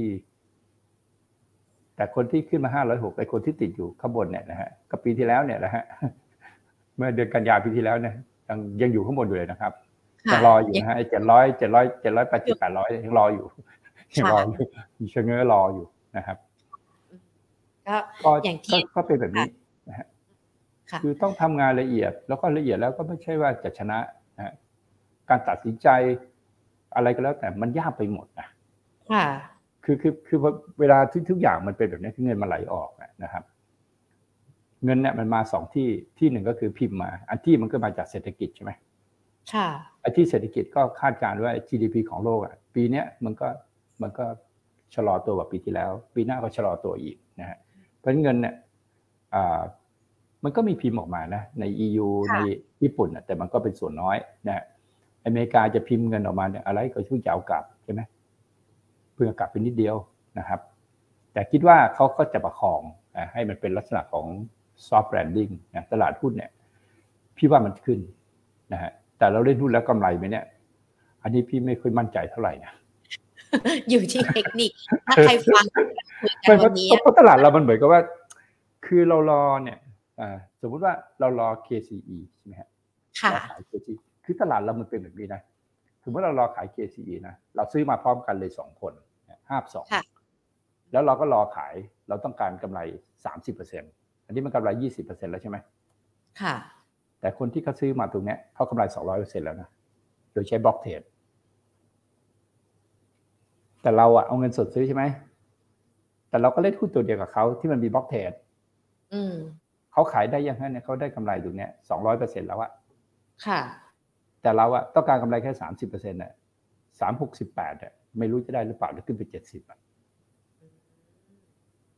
แต่คนที่ขึ้นมาห้าร้อยหกไอ้คนที่ติดอยู่ข้างบนเนี่ยนะฮะกับปีที่แล้วเนี่ยนะฮะเมื่อเดือนกันยายนปีที่แล้วเนี่ยยังยังอยู่ข้างบนอยู่เลยนะครับยังรออยู่นะฮะไอ้เจ็ดร้อยเจ็ดร้อยเจ็ดร้อยแปดสิบแปดร้อยยังรออยู่ยังรออยู่เชงเง้อรออยู่นะครับก็อย่างที่ก็เป็นแบบนี้นะฮะคือต้องทำงานละเอียดแล้วก็ละเอียดแล้วก็ไม่ใช่ว่าจะชนะนะการตัดสินใจอะไรก็แล้วแต่มันยากไปหมดนะค่ะคือคือคือเวลาทุกทุกอย่างมันเป็นแบบนี้คือเงินมันไหลออกนะครับเงินเนี่ยมันมาสองที่ที่หนึ่งก็คือพิมพ์มาอันที่มันก็มาจากเศรษฐกิจใช่ไหมค่ะไอ้ที่เศรษฐกิจก็คาดการณ์ว่า จี ดี พี ของโลกอ่ะปีนี้มันก็มันก็ชะลอตัวกว่าปีที่แล้วปีหน้าก็ชะลอตัวอีกนะฮะเพราะเงินเนี่ยอ่ามันก็มีพิมพ์ออกมานะใน อี ยู ในญี่ปุ่นแต่มันก็เป็นส่วนน้อยนะอเมริกาจะพิมพ์เงินออกมาเนี่ยอะไรก็ช่วยจะเอากลับใช่ไหมเพื่อกลับไปนิดเดียวนะครับแต่คิดว่าเขาก็จะประคองให้มันเป็นลักษณะของ soft landing นะตลาดหุ้นเนี่ยพี่ว่ามันขึ้นนะฮะแต่เราเล่นหุ้นแล้วกำไรไหมเนี่ยอันนี้พี่ไม่ค่อยมั่นใจเท่าไหร่นะอยู่ที่เทคนิคถ้าใครฟังวันนี้เพราะตลาดเรามันเหมือนกับว่าคือเรารอเนี่ยสมมุติว่าเรารอ เค ซี อี ใช่ไหมฮะเราขาย เค ซี อี คือตลาดเรามันเป็นแบบนี้นะสมมติเรารอขาย เค ซี อี นะเราซื้อมาพร้อมกันเลยสองคนห้าสองแล้วเราก็รอขายเราต้องการกำไร สามสิบเปอร์เซ็นต์ อันนี้มันกำไร ยี่สิบเปอร์เซ็นต์ แล้วใช่ไหมค่ะแต่คนที่เขาซื้อมาตรงเนี้ยเขากำไร สองร้อยเปอร์เซ็นต์ แล้วนะโดยใช้บล็อกเทรดแต่เราอะเอาเงินสดซื้อใช่ไหมแต่เราก็เล่นหุ้นตัวเดียวกับเขาที่มันมีบล็อกเทรดเขาขายได้ยังไงเนี่ยเขาได้กำไรตรงเนี้ย สองร้อยเปอร์เซ็นต์ แล้วอะค่ะแต่เราอะต้องการกำไรแค่ สามสิบเปอร์เซ็นต์ น่ะสามหกสิบแปดอ่ะไม่รู้จะได้หรือเปล่าหรือขึ้นไปเจ็ดสิบอ่ะเพราะ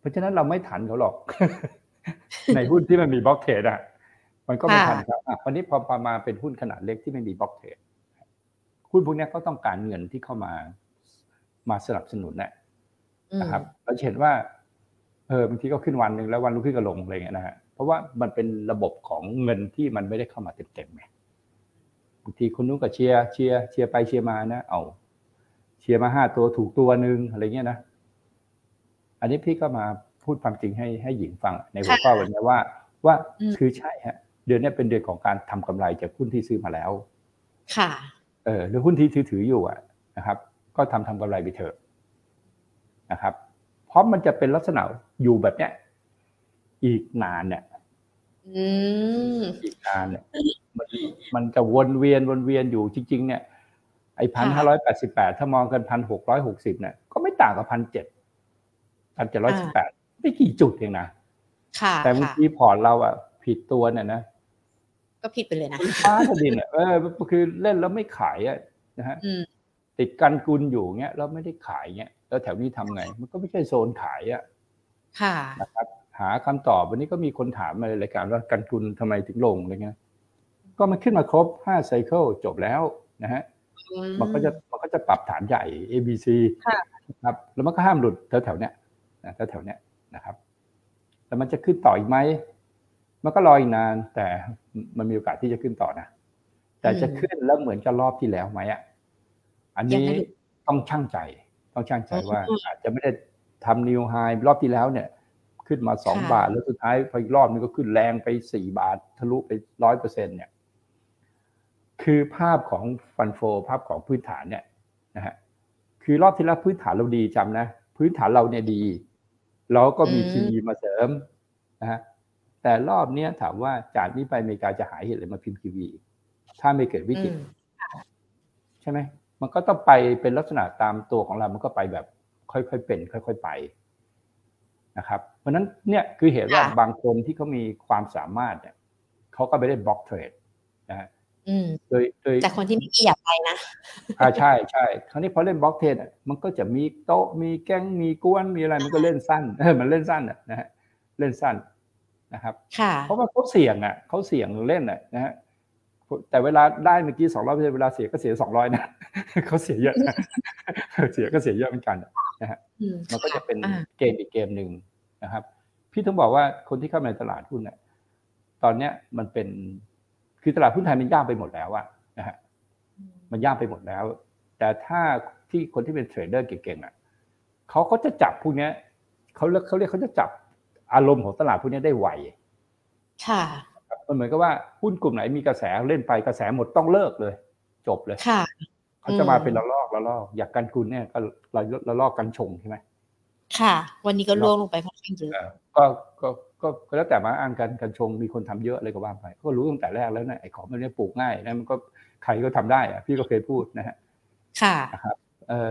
ราะฉะนั้นเราไม่ทันเขาหรอก ในหุ้นที่มันมีบล็อกเทรดอ่ะมันก็ไม่ทันครับอ่ะวันนี้พอมาเป็นหุ้นขนาดเล็กที่ไม่มีบล็อกเทรดหุ้นพวกนี้ก็ต้องการเงินที่เข้ามามาสนับสนุนนะครับเราเห็นว่าเออบางทีก็ขึ้นวันนึงแล้ววันรุ่งขึ้นก็ลงอะไรเงี้ยนะฮะเพราะว่ามันเป็นระบบของเงินที่มันไม่ได้เข้ามาเต็มๆไงบางทีคนนู้นก็เชียร์เชียร์เชียร์ไปเชียร์มานะเอาเชียร์มาห้าตัวถูกตัวนึงอะไรเงี้ยนะอันนี้พี่ก็มาพูดความจริงให้ให้หญิงฟังในหัวข้อวันนี้ว่าว่าคือใช่ฮะเดือนนี้เป็นเดือนของการทำกำไรจากหุ้นที่ซื้อมาแล้วค่ะเออหรือหุ้นที่ถือถืออยู่อ่ะนะครับก็ทำทำกำไรไปเถอะนะครับเพราะมันจะเป็นลักษณะอยู่แบบเนี้ยอีกนานเนี่ยอีกนานเนี่ยมันมันจะวนเวียนวนเวียนอยู่จริงๆเนี่ยไอ้พันห้าร้อยแปดสิบแปดถ้ามองกันพันหกร้อยหกสิบเนี่ยก็ไม่ต่างกับพันเจ็ดพันเจ็ดร้อยสิบแปดไม่กี่จุดเองนะแต่บางทีพอร์ตเราอ่ะผิดตัวเนี่ยนะก็ผิดไปเลยนะฟ้าแผ่นดินอ่ะเออคือเล่นแล้วไม่ขายอ่ะนะฮะติดกันกุลอยู่เงี้ยแล้วไม่ได้ขายเงี้ยแล้วแถวนี้ทำไงมันก็ไม่ใช่โซนขายอ่ะค่ะนะครับหาคำตอบวันนี้ก็มีคนถามมาในรายการว่ากันกุลทำไมถึงลงอะไรเงี้ยก็มันขึ้นมาครบห้าไซเคิลจบแล้วนะฮะมันก็จะมันก็จะปรับฐานใหญ่ เอ บี ซี นะครับแล้วมันก็ห้ามหลุดแถวๆเนี้ยนะแถวๆเนี้ยนะครับแล้วมันจะขึ้นต่ออีกไหมมันก็รออีกนานแต่มันมีโอกาสที่จะขึ้นต่อนะแต่จะขึ้นแล้วเหมือนกับรอบที่แล้วไหมอ่ะอันนี้ต้องชั่งใจต้องชั่งใจว่าอาจจะไม่ได้ทำนิวไฮรอบที่แล้วเนี่ยขึ้นมาสองบาทแล้วสุดท้ายพออีกรอบนึงก็ขึ้นแรงไปสี่บาททะลุไป ร้อยเปอร์เซ็นต์ เนี่ยคือภาพของฟันโฟภาพของพื้นฐานเนี่ยนะฮะคือรอบที่แล้วพื้นฐานเราดีจำนะพื้นฐานเราเนี่ยดีเราก็มี คิว อี มาเสริมนะฮะแต่รอบนี้ถามว่าจากนี้ไปอเมริกาจะหาเหตุอะไรมาพิมพ์ คิว อี ถ้าไม่เกิดวิกฤตใช่ไหมมันก็ต้องไปเป็นลักษณะตามตัวของเรามันก็ไปแบบค่อยๆเป็นค่อยๆไปนะครับเพราะนั้นเนี่ยคือเหตุว่าบางคนที่เขามีความสามารถเนี่ยเขาก็ไปได้บล็อกเทรดนะฮะโดยโดยแต่คนที่ไม่มีอยากไปนะอ่าใช่ใช่คราวนี้พอเล่นบล็อกเทรดอ่ะมันก็จะมีโต๊ะมีแก๊งมีกวนมีอะไรมันก็เล่นสั้นเออมันเล่นสั้นอ่ะนะฮะเล่นสั้นนะครับเพราะว่าเขาเสี่ยงอ่ะเขาเสี่ยงเล่นอ่ะนะฮะแต่เวลาได้เมื่อกี้สองร้อยเปอร์เซ็นต์เวลาเสียก็เสียสองร้อยนะเขาเสียเยอะนะเสียก็เสียเยอะเหมือนกันนะฮะมันก็จะเป็นเกมอีกเกมนึงนะครับพี่ต้องบอกว่าคนที่เข้ามาในตลาดหุ้นเนี่ยตอนเนี้ยมันเป็นคือตลาดหุ้นไทยมันย่ามไปหมดแล้วอะนะฮะมันย่ามไปหมดแล้วแต่ถ้าที่คนที่เป็นเทรดเดอร์เก่งๆอ่ะเขาก็จะจับพวกนี้เขาเรียกเขาเรียกเขาจะจับอารมณ์ของตลาดพวกนี้ได้ไวค่ะมันเหมือนกับว่าหุ้นกลุ่มไหนมีกระแสเล่นไปกระแสหมดต้องเลิกเลยจบเลยค่ะเขาจะมาเป็นระลอกระลอกอยากกันกุลเนี่ยก็ระลอกกันชงใช่ไหมค่ะวันนี้ก็ล่วงลงไปค่อนข้างเยอะก็ก็ก็ก็แล้วแต่มาอ้างกันกันชงมีคนทำเยอะอะไรก็ว่าไปก็รู้ตั้งแต่แรกแล้วนะไอ้ของมันเนี่ยปลูกง่ายนะมันก็ใครก็ทำได้อะพี่ก็เคยพูดนะฮะค่ะนะครับเออ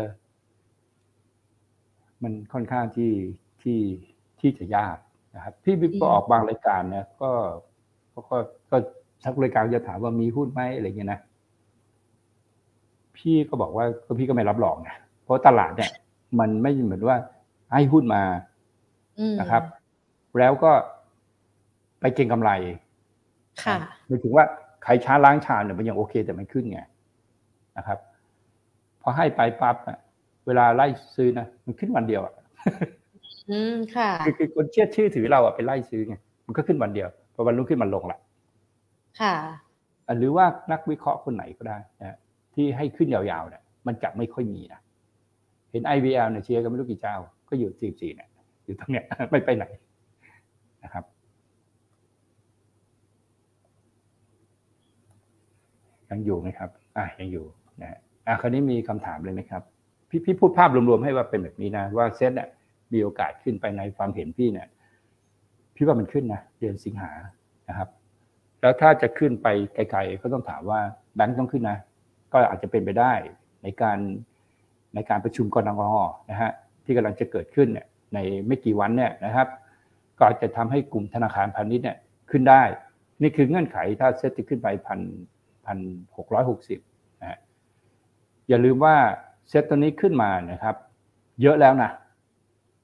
มันค่อนข้างที่ที่ที่จะยากนะครับพี่บิ๊กก็ออกบางรายการเนี่ยก็ก็ก็ก็ทักรายการจะถามว่ามีหุ้นไหมอะไรเงี้ยนะพี่ก็บอกว่าก็พี่ก็ไม่รับรองนะเพราะตลาดเนี่ยมันไม่เหมือนว่าให้หุ้นมานะครับแล้วก็ไปเก็งกำไรค่ะหมายถึงว่าใครช้าล้างชามเนี่ยมันยังโอเคแต่มันขึ้นไงนะครับพอให้ไปปั๊บอะเวลาไล่ซื้อนะมันขึ้นวันเดียวอ่ะอืมค่ะคือคือคนเชื่อชื่อถือเราอ่ะไปไล่ซื้อไงมันก็ขึ้นวันเดียวพอวันรุ่งขึ้นมันลงละค่ะหรือว่านักวิเคราะห์คนไหนก็ได้นะที่ให้ขึ้นยาวๆเนี่ยมันจะไม่ค่อยมีนะเห็น ไอ วี แอล เนี่ยเชียร์กันไม่รู้กี่เจ้าก็อยู่สี่สิบสี่เนี่ยอยู่ตรงเนี้ยไม่ไปไหนนะครับยังอยู่ไหมครับอ่ะยังอยู่นะอ่ะคราวนี้มีคำถามเลยไหมครับพี่พี่พูดภาพรวมๆให้ว่าเป็นแบบนี้นะว่าเซ็ตเนี่ยมีโอกาสขึ้นไปในความเห็นพี่เนี่ยพี่ว่ามันขึ้นนะเดือนสิงหานะครับแล้วถ้าจะขึ้นไปไกลๆก็ต้องถามว่าแบงก์ต้องขึ้นนะก็อาจจะเป็นไปได้ในการในการประชุมกนงนะฮะที่กำลังจะเกิดขึ้นเนี่ยในไม่กี่วันเนี่ยนะครับก็จะทำให้กลุ่มธนาคารพาณิชย์เนี่ยขึ้นได้นี่คือเงื่อนไขถ้าเซ็ตจะขึ้นไปพันพันหกร้อยหกสิบนะฮะอย่าลืมว่าเซ็ตตัวนี้ขึ้นมานะครับเยอะแล้วนะ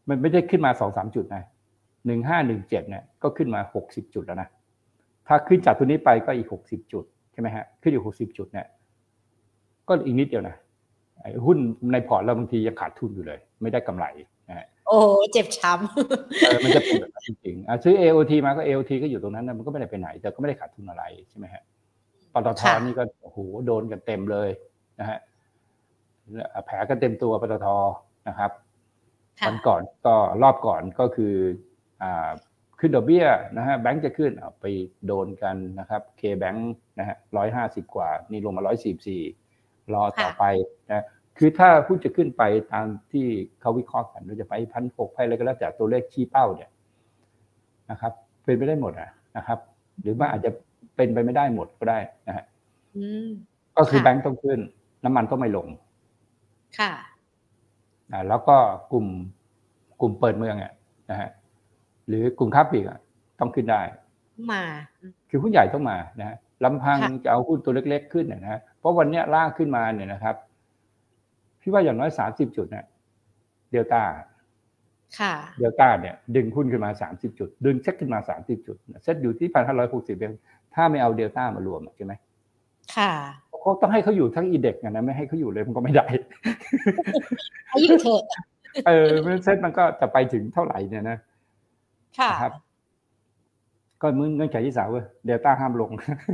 มันไม่ได้ขึ้นมา สองถึงสาม จุดนะหนึ่งพันห้าร้อยสิบเจ็ดเนี่ยก็ขึ้นมาหกสิบจุดแล้วนะถ้าขึ้นจากตัวนี้ไปก็อีกหกสิบจุดใช่ไหมฮะขึ้นอีกหกสิบจุดเนี่ยก็อีกนิดเดียวนะไอ้หุ้นในพอร์ตเราบางทียังขาดทุนอยู่เลยไม่ได้กำไรนะฮะโอ้เจ็บช้ำเออมันจะเป็นแบบนั้นจริงๆอ่ะซื้อ เอ โอ ที มาก็ เอ โอ ที ก็อยู่ตรงนั้นนะมันก็ไม่ได้ไปไหนแต่ก็ไม่ได้ขาดทุนอะไรใช่ไหมฮะปตท.นี่ก็โอ้โหโดนกันเต็มเลยนะฮะแผลกันเต็มตัวปตท.นะครับวันก่อนก็รอบก่อนก็คืออ่าขึ้นดอกเบี้ยนะฮะแบงก์จะขึ้นเอาไปโดนกันนะครับ K-Bank นะฮะหนึ่งร้อยห้าสิบกว่านี่ลงมาหนึ่งร้อยสี่สิบสี่รอต่อไปนะคือถ้าหุ้นจะขึ้นไปตามที่เขาวิเคราะห์กันว่าจะไป หนึ่งพันหกร้อย ไปอะไรก็แล้วแต่ตัวเลขชี้เป้าเนี่ยนะครับเป็นไปได้หมดอ่ะนะครับหรือว่าอาจจะเป็นไปไม่ได้หมดก็ได้นะฮะก็คือแบงก์ต้องขึ้นน้ำมันต้องไม่ลงค่ะอ่าแล้วก็กลุ่มกลุ่มเปิดเมืองอ่ะนะฮะหรือกลุ่มค้าปลีกอ่ะต้องขึ้นได้มาคือหุ้นใหญ่ต้องมานะฮะลำพังจะเอาหุ้นตัวเล็กๆขึ้นนะฮะเพราะวันนี้ลากขึ้นมาเนี่ยนะครับพี่ว่าอย่างน้อยสามสิบจุดเนี่ยเดลต้าค่ะเดลต้าเนี่ยดึงหุ้นขึ้นมาสามสิบจุดดึงเซ็ตขึ้นมาสามสิบจุดเซ็ตอยู่ที่ หนึ่งพันห้าร้อยหกสิบ เองถ้าไม่เอาเดลต้ามารวมใช่มั้ยค่ะเขาต้องให้เขาอยู่ทั้งอีเด็กนะไม่ให้เขาอยู่เลยมันก็ไม่ได้ให้อยู่เถอะเออเซ็ตมันก็จะไปถึงเท่าไหร่เนี่ยนะค่ะครับก็มึงเงื่อนไขที่สามเว้ยเดลต้าห้ามลง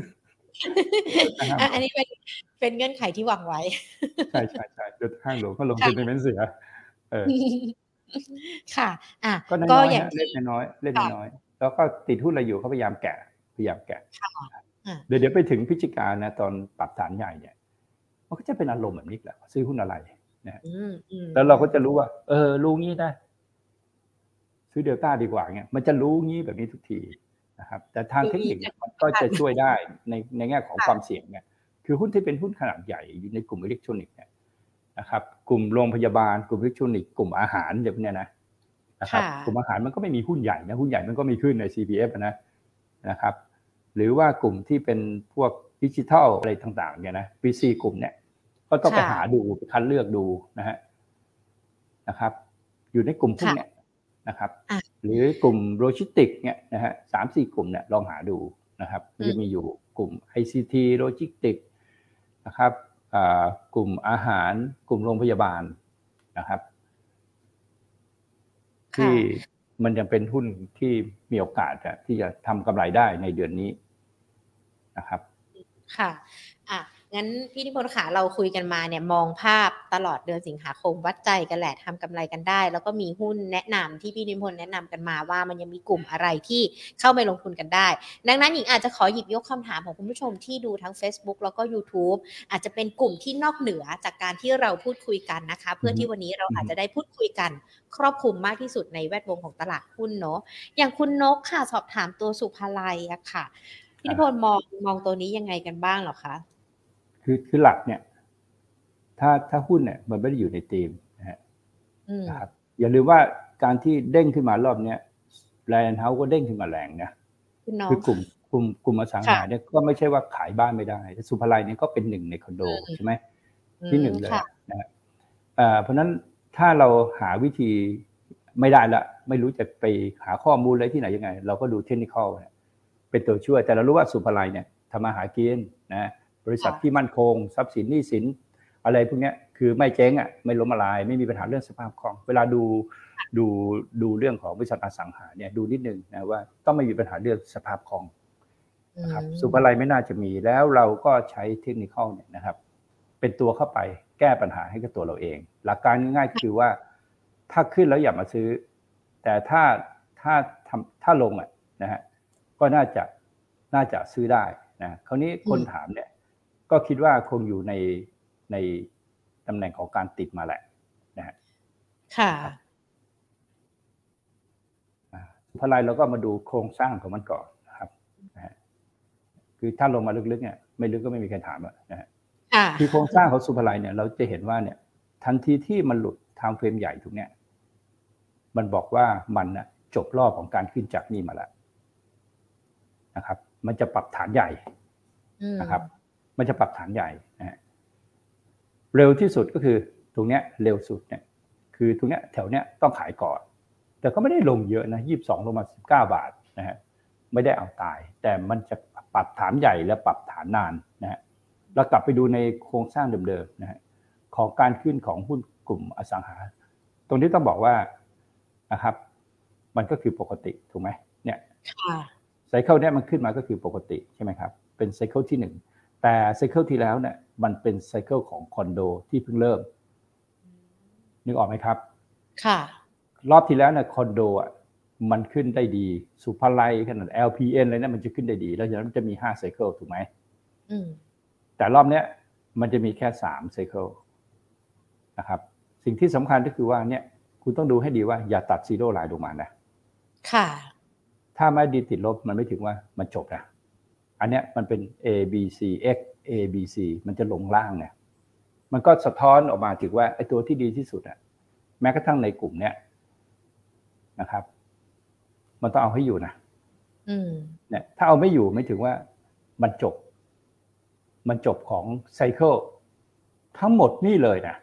อันนี้เป็นเป็นเงื่อนไขที่หวังไว้ใช่ใช่ใช่เดลต้าห้ามลงก็ลงเซนติเมนต์เสียเออค่ะอ่ะก็อย่างเล็กน้อยเล็กน้อยแล้วก็ติดหุ้นอะไรอยู่เขาพยายามแกะพยายามแกะเดี๋ยวเดี๋ยวไปถึงพฤศจิกายนนะตอนปรับฐานใหญ่เนี่ยมันก็จะเป็นอารมณ์แบบนี้แหละซื้อหุ้นอะไรนะแล้วเราก็จะรู้ว่าเออรู้งี้ได้ซื้อเดลต้าดีกว่าเงี้ยมันจะรู้งี้แบบนี้ทุกทีนะครับแต่ทางเทคนิคมันก็จะช่วยได้ในในแง่ของความเสี่ยงเนี่ยคือหุ้นที่เป็นหุ้นขนาดใหญ่อยู่ในกลุ่มอิเล็กทรอนิกส์เนี่ยนะครับกลุ่มโรงพยาบาลกลุ่มอิเล็กทรอนิกส์กลุ่มอาหารอย่างเนี้ยนะนะครับกลุ่มอาหารมันก็ไม่มีหุ้นใหญ่นะหุ้นใหญ่มันก็มีขึ้นใน ซี พี เอฟ นะนะครับหรือว่ากลุ่มที่เป็นพวกดิจิทัลอะไรต่างๆเนี่ยนะ วี ซี กลุ่มเนี่ยก็ต้องไปหาดูคัดเลือกดูนะฮะนะครับอยู่ในกลุ่มพวกเนี้ยนะครับหรือกลุ่มโลจิสติกเนี่ยนะฮะ สามสี่ กลุ่มเนี่ยลองหาดูนะครับมันจะมีอยู่กลุ่ม ไอ ซี ที โลจิสติกนะครับอ่ากลุ่มอาหารกลุ่มโรงพยาบาลนะครับที่มันยังเป็นหุ้นที่มีโอกาสที่จะทำกำไรได้ในเดือนนี้นะครับค่ะอ่ะงั้นพี่นิพนธ์ค่ะเราคุยกันมาเนี่ยมองภาพตลอดเดือนสิงหาคมวัดใจกันแหละทำกำไรกันได้แล้วก็มีหุ้นแนะนำที่พี่นิพนธ์แนะนำกันมาว่ามันยังมีกลุ่มอะไรที่เข้าไปลงทุนกันได้ดังนั้นหญิงอาจจะขอหยิบยกคำถามของคุณผู้ชมที่ดูทั้ง Facebook แล้วก็ YouTube อาจจะเป็นกลุ่มที่นอกเหนือจากการที่เราพูดคุยกันนะคะเพื่อที่วันนี้เราอาจจะได้พูดคุยกันครอบคลุมมากที่สุดในแวดวงของตลาดหุ้นเนาะอย่างคุณนกค่ะสอบถามตัวสุภาลัยอะค่ะพี่นิพนธ์มองมองตัวนี้ยังไงกันบ้างหรอคะคือคือหลักเนี่ยถ้าถ้าหุ้นเนี่ยมันไม่ได้อยู่ในธีมนะฮะนะครับอย่าลืมว่าการที่เด้งขึ้นมารอบเนี้ยแลนด์เฮาส์ก็เด้งขึ้นมาแรงนะคือกลุ่มกลุ่มกลุ่มอสังหาเนี่ยก็ไม่ใช่ว่าขายบ้านไม่ได้สุภาลัยเนี่ยก็เป็นหนึ่งในคอนโดใช่ไหมที่หนึ่งเลยนะฮะเพราะนั้นถ้าเราหาวิธีไม่ได้ละไม่รู้จะไปหาข้อมูลอะไรที่ไหนยังไงเราก็ดูเทคนิคอลเป็นตัวช่วยแต่เรารู้ว่าสุภาลัยเนี่ยทำมาหากินนะบริษัทที่มั่นคงทรัพย์สินหนี้สินอะไรพวกนี้คือไม่เจ๊งอ่ะไม่ล้มละลายไม่มีปัญหาเรื่องสภาพคล่องเวลาดูดูดูเรื่องของบริษัทอสังหาเนี่ยดูนิดนึงนะว่าต้องไม่มีปัญหาเรื่องสภาพคล่องนะครับสุภาลัยไม่น่าจะมีแล้วเราก็ใช้เทคนิคอลเนี่ยนะครับเป็นตัวเข้าไปแก้ปัญหาให้กับตัวเราเองหลักการง่ายๆคือว่าถ้าขึ้นแล้วอย่ามาซื้อแต่ถ้าถ้าทำถ้าลงอ่ะนะฮะก็น่าจะน่าจะซื้อได้นะคราวนี้คนถามเนี่ยก็คิดว่าคงอยู่ในในตำแหน่งของการติดมาแหละนะฮะค่ะสุภาลัยเราก็มาดูโครงสร้างของมันก่อนนะครับนะฮะคือถ้าลงมาลึกๆเนี่ยไม่ลึกก็ไม่มีใครถามอ่ะนะฮะคือโครงสร้างของสุภาลัยเนี่ยเราจะเห็นว่าเนี่ยทันทีที่มันหลุดไทม์เฟรมใหญ่ตรงเนี้ยมันบอกว่ามันน่ะจบรอบของการขึ้นจากนี่มาแล้วนะครับมันจะปรับฐานใหญ่นะครับมันจะปรับฐานใหญ่นะฮะเร็วที่สุดก็คือตรงเนี้ยเร็วสุดเนี่ยคือตรงเนี้ยแถวเนี้ยต้องขายก่อนแต่ก็ไม่ได้ลงเยอะนะยี่สิบสองลงมาสิบเก้าบาทนะฮะไม่ได้เอาตายแต่มันจะปรับฐานใหญ่และปรับฐานนานนะฮะเรากลับไปดูในโครงสร้างเดิมๆนะฮะของการขึ้นของหุ้นกลุ่มอสังหาตรงนี้ต้องบอกว่านะครับมันก็คือปกติถูกไหมเนี่ยไซเคิลเนี้ยมันขึ้นมาก็คือปกติใช่ไหมครับเป็นไซเคิลที่หนึ่งแต่ไซเคิลที่แล้วเนี่ยมันเป็นไซเคิลของคอนโดที่เพิ่งเริ่มนึกออกไหมครับค่ะรอบที่แล้วเนี่ยคอนโดอ่ะมันขึ้นได้ดีสุภาลัยขนาด แอล พี เอ็น อะไรเนี่ยมันจะขึ้นได้ดีแล้วจากนั้นมันจะมีห้าไซเคิลถูกไหมอืมแต่รอบเนี้ยมันจะมีแค่สามไซเคิลนะครับสิ่งที่สำคัญก็คือว่าเนี่ยคุณต้องดูให้ดีว่าอย่าตัดซีโร่ไลน์ลงมานะค่ะถ้าไม่ดีติดลบมันไม่ถึงว่ามันจบนะอันเนี้ยมันเป็น A B C X A B C มันจะลงล่างเนี่ยมันก็สะท้อนออกมาถึงว่าไอ้ตัวที่ดีที่สุดอะแม้กระทั่งในกลุ่มเนี้ยนะครับมันต้องเอาให้อยู่นะอืมเนี่ยถ้าเอาไม่อยู่ไม่ถึงว่ามันจบมันจบของไซเคิลทั้งหมดนี่เลยนะ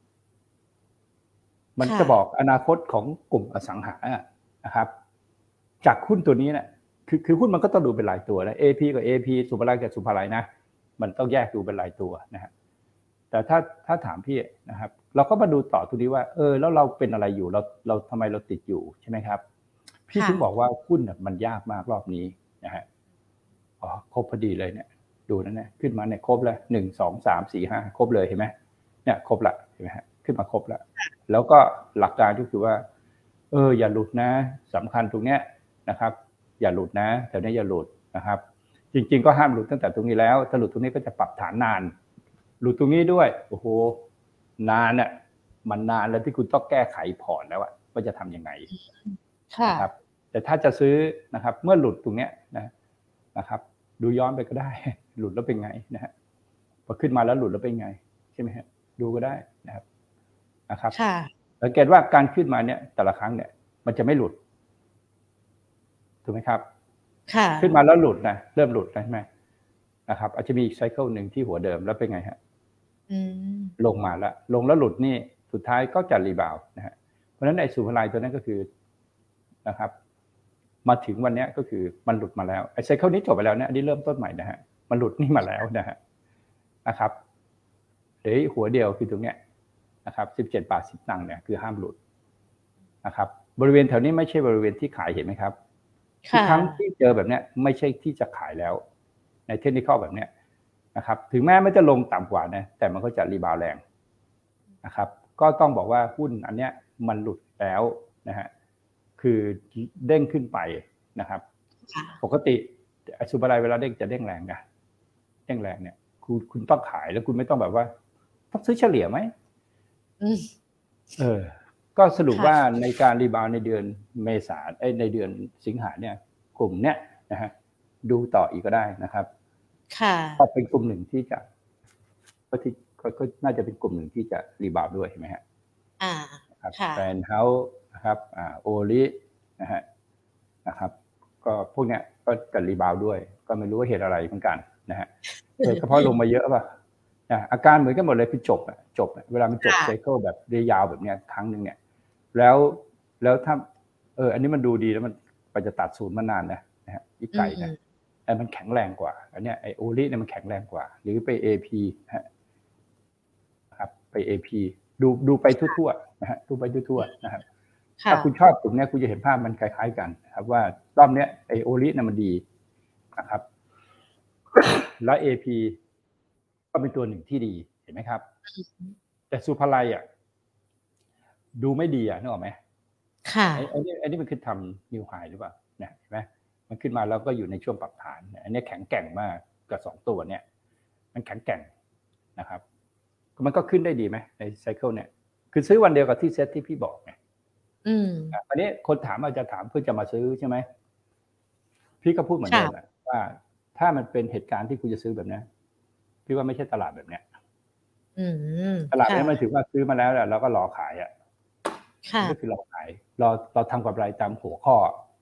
มันจะบอกอนาคตของกลุ่มอสังหานะครับจากหุ้นตัวนี้เนี่ยคือคือหุ้นมันก็ต้องดูเป็นรายตัวนะ เอ พี กับ เอ พี สุภาลัยกับสุภาลัยนะมันต้องแยกดูเป็นรายตัวนะฮะแต่ถ้าถ้าถามพี่นะครับเราก็มาดูต่อตัวนี้ว่าเออแล้วเราเป็นอะไรอยู่เราเราทำไมเราติดอยู่ใช่ไหมครับพี่ถึงบอกว่าหุ้นเนี่ยมันยากมากรอบนี้นะฮะอ๋อครบพอดีเลยเนี่ยดูนั่นนะขึ้นมาเนี่ยครบแล้วหนึ่งสองสามสี่ห้าครบเลยเห็นไหมเนี่ยครบละเห็นไหมฮะขึ้นมาครบแล้วแล้วก็หลักการก็คือว่าเอออย่าหลุดนะสำคัญตรงเนี้ยนะครับอย่าหลุดนะแถวนี้อย่าหลุดนะครับจริงๆก็ห้ามหลุดตั้งแต่ตรงนี้แล้วถ้าหลุดตรงนี้ก็จะปรับฐานนานหลุดตรงนี้ด้วยโอ้โหนานน่ะมันนานแล้วที่คุณต้องแก้ไขพอร์ตแล้วอะว่าจะทำยังไงครับแต่ถ้าจะซื้อนะครับเมื่อหลุดตรงเนี้ยนะนะครับดูย้อนไปก็ได้หลุดแล้วเป็นไงนะฮะพอขึ้นมาแล้วหลุดแล้วเป็นไงใช่ไหมฮะดูก็ได้นะครับนะครับสังเกตว่าการขึ้นมาเนี่ยแต่ละครั้งเนี่ยมันจะไม่หลุดถูกไหมครับขึ้นมาแล้วหลุดนะเริ่มหลุดใช่ไหมนะครับอาจจะมีอีกไซเคิลหนึ่งที่หัวเดิมแล้วเป็นไงฮะลงมาแล้วลงแล้วหลุดนี่สุดท้ายก็จะรีบาวนะฮะเพราะฉะนั้นไอ้สุภาลัยตัวนั้นก็คือนะครับมาถึงวันนี้ก็คือมันหลุดมาแล้วไอ้ไซเคิลนี้จบไปแล้วเนี่ยอันนี้เริ่มต้นใหม่นะฮะมันหลุดนี่มาแล้วนะฮะนะครับเดี๋ยวหัวเดียวคือตรงเนี้ยนะครับสิบเจ็ดบาทสิบตังค์เนี่ยคือห้ามหลุดนะครับบริเวณแถวนี้ไม่ใช่บริเวณที่ขายเห็นไหมครับทุกครั้งที่เจอแบบเนี้ยไม่ใช่ที่จะขายแล้วในเทคนิคแบบเนี้ยนะครับถึงแม้มันจะลงต่ำกว่านะแต่มันก็จะรีบาวแรงนะครับก็ต้องบอกว่าหุ้นอันเนี้ยมันหลุดแล้วนะฮะคือเด้งขึ้นไปนะครับปกติสุภาลัยเวลาเด้งจะเด้งแรงนะเด้งแรงเนี่ยคุณคุณต้องขายแล้วคุณไม่ต้องแบบว่าต้องซื้อเฉลี่ยไหมเออก็สรุปว่าในการรีบาวในเดือนเมษาเอ้ยในเดือนสิงหาเนี่ยกลุ่มเนี้ยนะฮะดูต่ออีกก็ได้นะครับค่ะก็เป็นกลุ่มหนึ่งที่จะก็ที่ก็น่าจะเป็นกลุ่มหนึ่งที่จะรีบาวด้วยใช่ไหมฮะอ่าครับแฟนเฮาส์นะครับอ่าโอลินะฮะนะครับก็พวกเนี้ยก็จะรีบาวด้วยก็ไม่รู้ว่าเหตุอะไรเหมือนกันนะฮะก็เพราะลงมาเยอะป่ะนะอาการเหมือนกันหมดเลยคือจบอ่ะจบเวลามันจบไซเคิลแบบระยะยาวแบบเนี้ยครั้งนึงเนี่ยแล้วแล้วถ้าเอออันนี้มันดูดีแล้วมันไปจะตัดศูนย์มานานนะนะฮะอีกไกลนะไอ้มันแข็งแรงกว่าอันเนี้ยไอโอลิเนี่ยมันแข็งแรงกว่าหรือไป เอ พี ฮะครับไป เอ พี ดูดูไปทั่วๆนะฮะดูไปทั่วๆนะครับถ้าคุณชอบกลุ่มเนี้ยคุณจะเห็นภาพมันคล้ายๆกันครับว่ารอบเนี้ยไอโอลิเนี่ยมันดีนะครับแล้ว เอ พี ก็เป็นตัวหนึ่งที่ดีเห็นไหมครับแต่สุภาลัยอ่ะดูไม่ดีอ่ะนึกออกไหมค่ะไอ้นี่ไอ้นี่มันคือทำนิวไฮหรือเปล่าเนี่ยเห็นไหมมันขึ้นมาแล้วก็อยู่ในช่วงปรับฐานอันนี้แข็งแกร่งมากกับสองตัวเนี่ยมันแข็งแกร่งนะครับมันก็ขึ้นได้ดีไหมในไซเคิลเนี่ยคือซื้อวันเดียวกับที่เซตที่พี่บอกไงอืมอันนี้คนถามอาจจะถามเพื่อจะมาซื้อใช่ไหมพี่ก็พูดเหมือนเดิมว่าถ้ามันเป็นเหตุการณ์ที่คุณจะซื้อแบบนี้พี่ว่าไม่ใช่ตลาดแบบเนี้ยตลาดนี้มันถือว่าซื้อมาแล้วแหละเราก็รอขายอ่ะก็คือเราขายเราเราทำกำไรตามหัวข้อ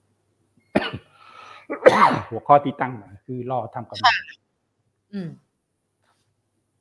หัวข้อที่ตั้งมาคือรอทำกำไร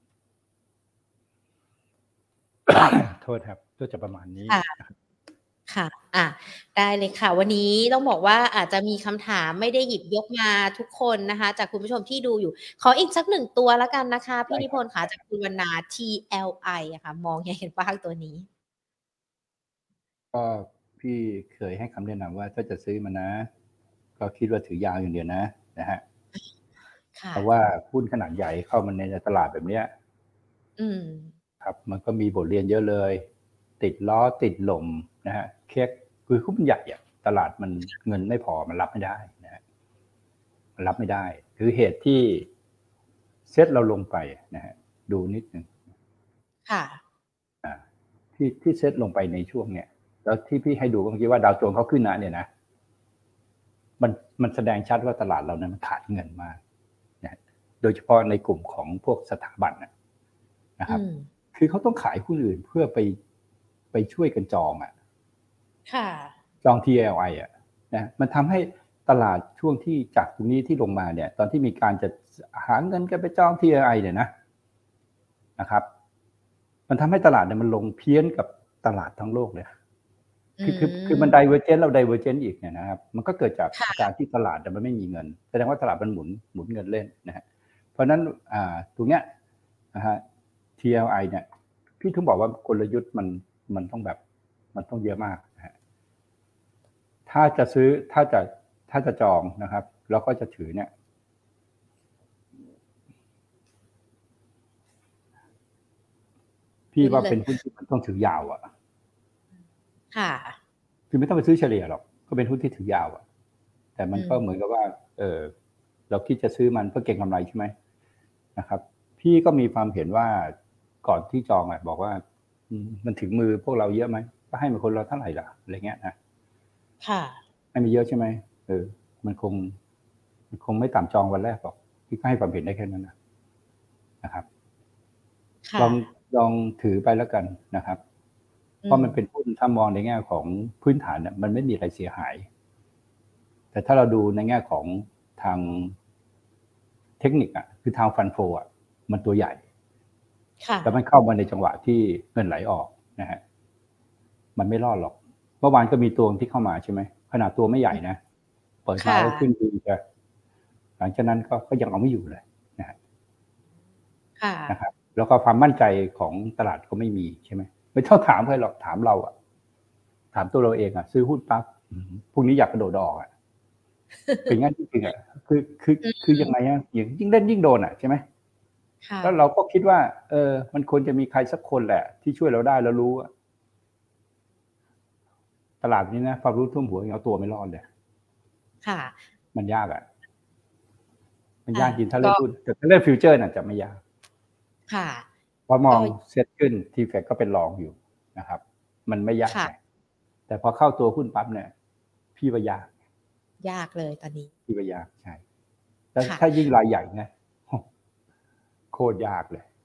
โทษครับก็จะประมาณนี้ค่ะอ่ะได้เลยค่ะวันนี้ต้องบอกว่าอาจจะมีคำถามไม่ได้หยิบยกมาทุกคนนะคะจากคุณผู้ชมที่ดูอยู่ขออีกสักหนึ่งตัวแล้วกันนะคะพี่ได้ครับนิพนธ์ค่ะจากคุณวรรณา ที แอล ไอ อะค่ะมองยังไงบ้างตัวนี้ก็พี่เคยให้คำแนะนำว่าถ้าจะซื้อมันนะก็คิดว่าถือยาวอย่างเดียวนะนะฮะเพค่ะราะว่าหุ้นขนาดใหญ่เข้ามาในตลาดแบบเนี้ยอืมครับมันก็มีบทเรียนเยอะเลยติดล้อติดหล่มนะฮะเค้กคือหุ้นใหญ่อะตลาดมันเงินไม่พอมันรับไม่ได้นะฮะมันรับไม่ได้คือเหตุที่เซ็ตเราลงไปนะฮะดูนิดนึงค่ะที่ที่เซตลงไปในช่วงเนี้ยแล้วที่พี่ให้ดูเมื่อกี้ว่าดาวโจนส์เขาขึ้นนะเนี่ยนะมันมันแสดงชัดว่าตลาดเรานั้นมันขาดเงินมากนะโดยเฉพาะในกลุ่มของพวกสถาบันนะครับคือเขาต้องขายหุ้นอื่นเพื่อไปไปช่วยกันจองอ่ะค่ะจอง ที แอล ไอ อ่ะนะมันทำให้ตลาดช่วงที่จากตรงนี้ที่ลงมาเนี่ยตอนที่มีการจะหาเงินกันไปจอง ที แอล ไอ เนี่ยนะนะครับมันทำให้ตลาดเนี่ยมันลงเพี้ยนกับตลาดทั้งโลกเลยคือคือคือมันไดเวอร์เจนต์เราไดเวอร์เจนต์อีกเนี่ยนะครับมันก็เกิดจากการที่ตลาดมันไม่มีเงินแสดงว่าตลาดมันหมุนหมุนเงินเล่นนะฮะเพราะนั้นอ่าตรงเนี้ยนะฮะ ที แอล ไอ เนี่ยพี่ถึงบอกว่ากลยุทธ์มันมันต้องแบบมันต้องเยอะมากนะฮะถ้าจะซื้อถ้าจะถ้าจะจองนะครับแล้วก็จะถือเนี่ยพี่ว่าเป็นหุ้นที่มันต้องถือยาวอ่ะค่ะคือไม่ต้องไปซื้อเฉลี่ยหรอกก็เป็นหุ้นที่ถือยาวอ่ะแต่มันก็เหมือนกับว่าเออเราคิดจะซื้อมันเพื่อเก็งกำไรใช่ไหมนะครับพี่ก็มีความเห็นว่าก่อนที่จองอ่ะบอกว่ามันถึงมือพวกเราเยอะไหมก็ให้มันคนเราเท่าไหร่ล่ะอะไรเงี้ยนะค่ะให้มันเยอะใช่ไหมเออมันคงมันคงไม่ต่ำจองวันแรกหรอกพี่ก็ให้ความเห็นได้แค่นั้นนะนะครับลองลองถือไปแล้วกันนะครับเพราะมันเป็นหุ้นถ้ามองในแง่ของพื้นฐานเนี่ยมันไม่มีอะไรเสียหายแต่ถ้าเราดูในแง่ของทางเทคนิคอ่ะคือทางฟันโฟอ่ะมันตัวใหญ่แล้วมันเข้ามาในจังหวะที่เงินไหลออกนะฮะมันไม่รอดหรอกเมื่อวานก็มีตัวที่เข้ามาใช่ไหมขนาดตัวไม่ใหญ่นะเปิดมาก็ขึ้นดีจะหลังจากนั้นก็ก็ยังเอาไม่อยู่เลยนะฮะนะครับแล้วก็ความมั่นใจของตลาดก็ไม่มีใช่ไหมไม่ต้องถามใครหรอกถามเราอ่ะถามตัวเราเองอ่ะซื้อหุ้นปั๊บพรุ่งนี้อยากกระโดดออกอ่ะเป็นงั้นจริงๆอ่ะคือคือคือยังไงอ่ะยิ่งเล่นยิ่งโดนอ่ะใช่ไหมแล้วเราก็คิดว่าเออมันควรจะมีใครสักคนแหละที่ช่วยเราได้แล้วรู้ตลาดนี้นะความรู้ท่วมหัวเอาตัวไม่รอดเลยค่ะมันยากอ่ะมันยากจริงถ้าเล่นหุ้นแต่ถ้าเล่นฟิวเจอร์น่ะจะไม่ยากค่ะพอมองเซ็ตขึ้นทีแฟกก็เป็นรองอยู่นะครับมันไม่ยากแต่พอเข้าตัวหุ้นปั๊บเนี่ยพี่ว่ายากยากเลยตอนนี้พี่ว่ายากใช่แล้วถ้ายิ่งรายใหญ่นะโคตรยากเลย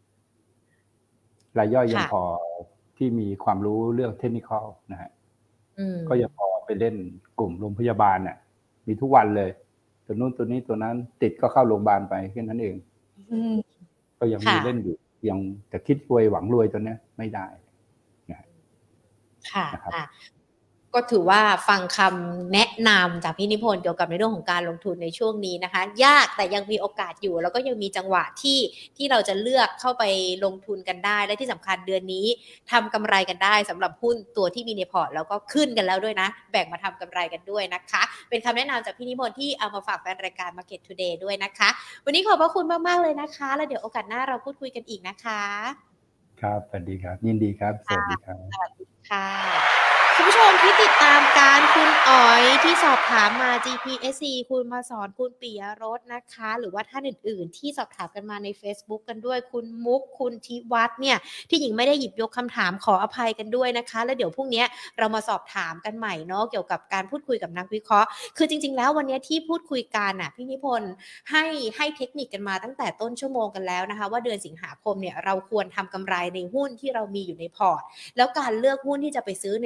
รายย่อยยังพอที่มีความรู้เรื่องเทคนิคอลนะฮะก็ยังพอไปเล่นกลุ่มโรงพยาบาลน่ะมีทุกวันเลยตัวนู้นตัวนี้ตัวนั้นติดก็เข้าโรงพยาบาลไปแค่นั้นเองก็ยังมีเล่นอยู่ยังแต่คิดรวยหวังรวยตัวนี้ไม่ได้นะค่ะก็ถือว่าฟังคำแนะนำจากพี่นิพนธ์เกี่ยวกับในเรื่องของการลงทุนในช่วงนี้นะคะยากแต่ยังมีโอกาสอยู่แล้วก็ยังมีจังหวะที่ที่เราจะเลือกเข้าไปลงทุนกันได้และที่สำคัญเดือนนี้ทำกำไรกันได้สำหรับหุ้นตัวที่มีในพอร์ตแล้วก็ขึ้นกันแล้วด้วยนะแบ่งมาทำกำไรกันด้วยนะคะเป็นคำแนะนำจากพี่นิพนธ์ที่เอามาฝากแฟนรายการ Market Today ด้วยนะคะวันนี้ขอบพระคุณมากๆเลยนะคะแล้วเดี๋ยวโอกาสหน้าเราพูดคุยกันอีกนะคะครับสวัสดีครับยินดีครับสวัสดีครับสวัสดีค่ะคุณผู้ชมที่ติดตามการคุณอ๋อยที่สอบถามมา จี พี เอส ซี คุณมาสอนคุณปิยรสนะคะหรือว่าท่านอื่นๆที่สอบถามกันมาใน Facebook กันด้วยคุณมุกคุณทิวัฒน์เนี่ยที่หญิงไม่ได้หยิบยกคำถามขออภัยกันด้วยนะคะแล้วเดี๋ยวพรุ่งนี้เรามาสอบถามกันใหม่เนาะเกี่ยวกับการพูดคุยกับนักวิเคราะห์คือจริงๆแล้ววันนี้ที่พูดคุยกันน่ะพี่นิพนธ์ให้ให้เทคนิคกันมาตั้งแต่ต้นชั่วโมงกันแล้วนะคะว่าเดือนสิงหาคมเนี่ยเราควรทำกำไรในหุ้นที่เรามีอยู่ในพอร์ตแล้วการเลือกหุ้นที่จะไปซื้อในช่วงนี้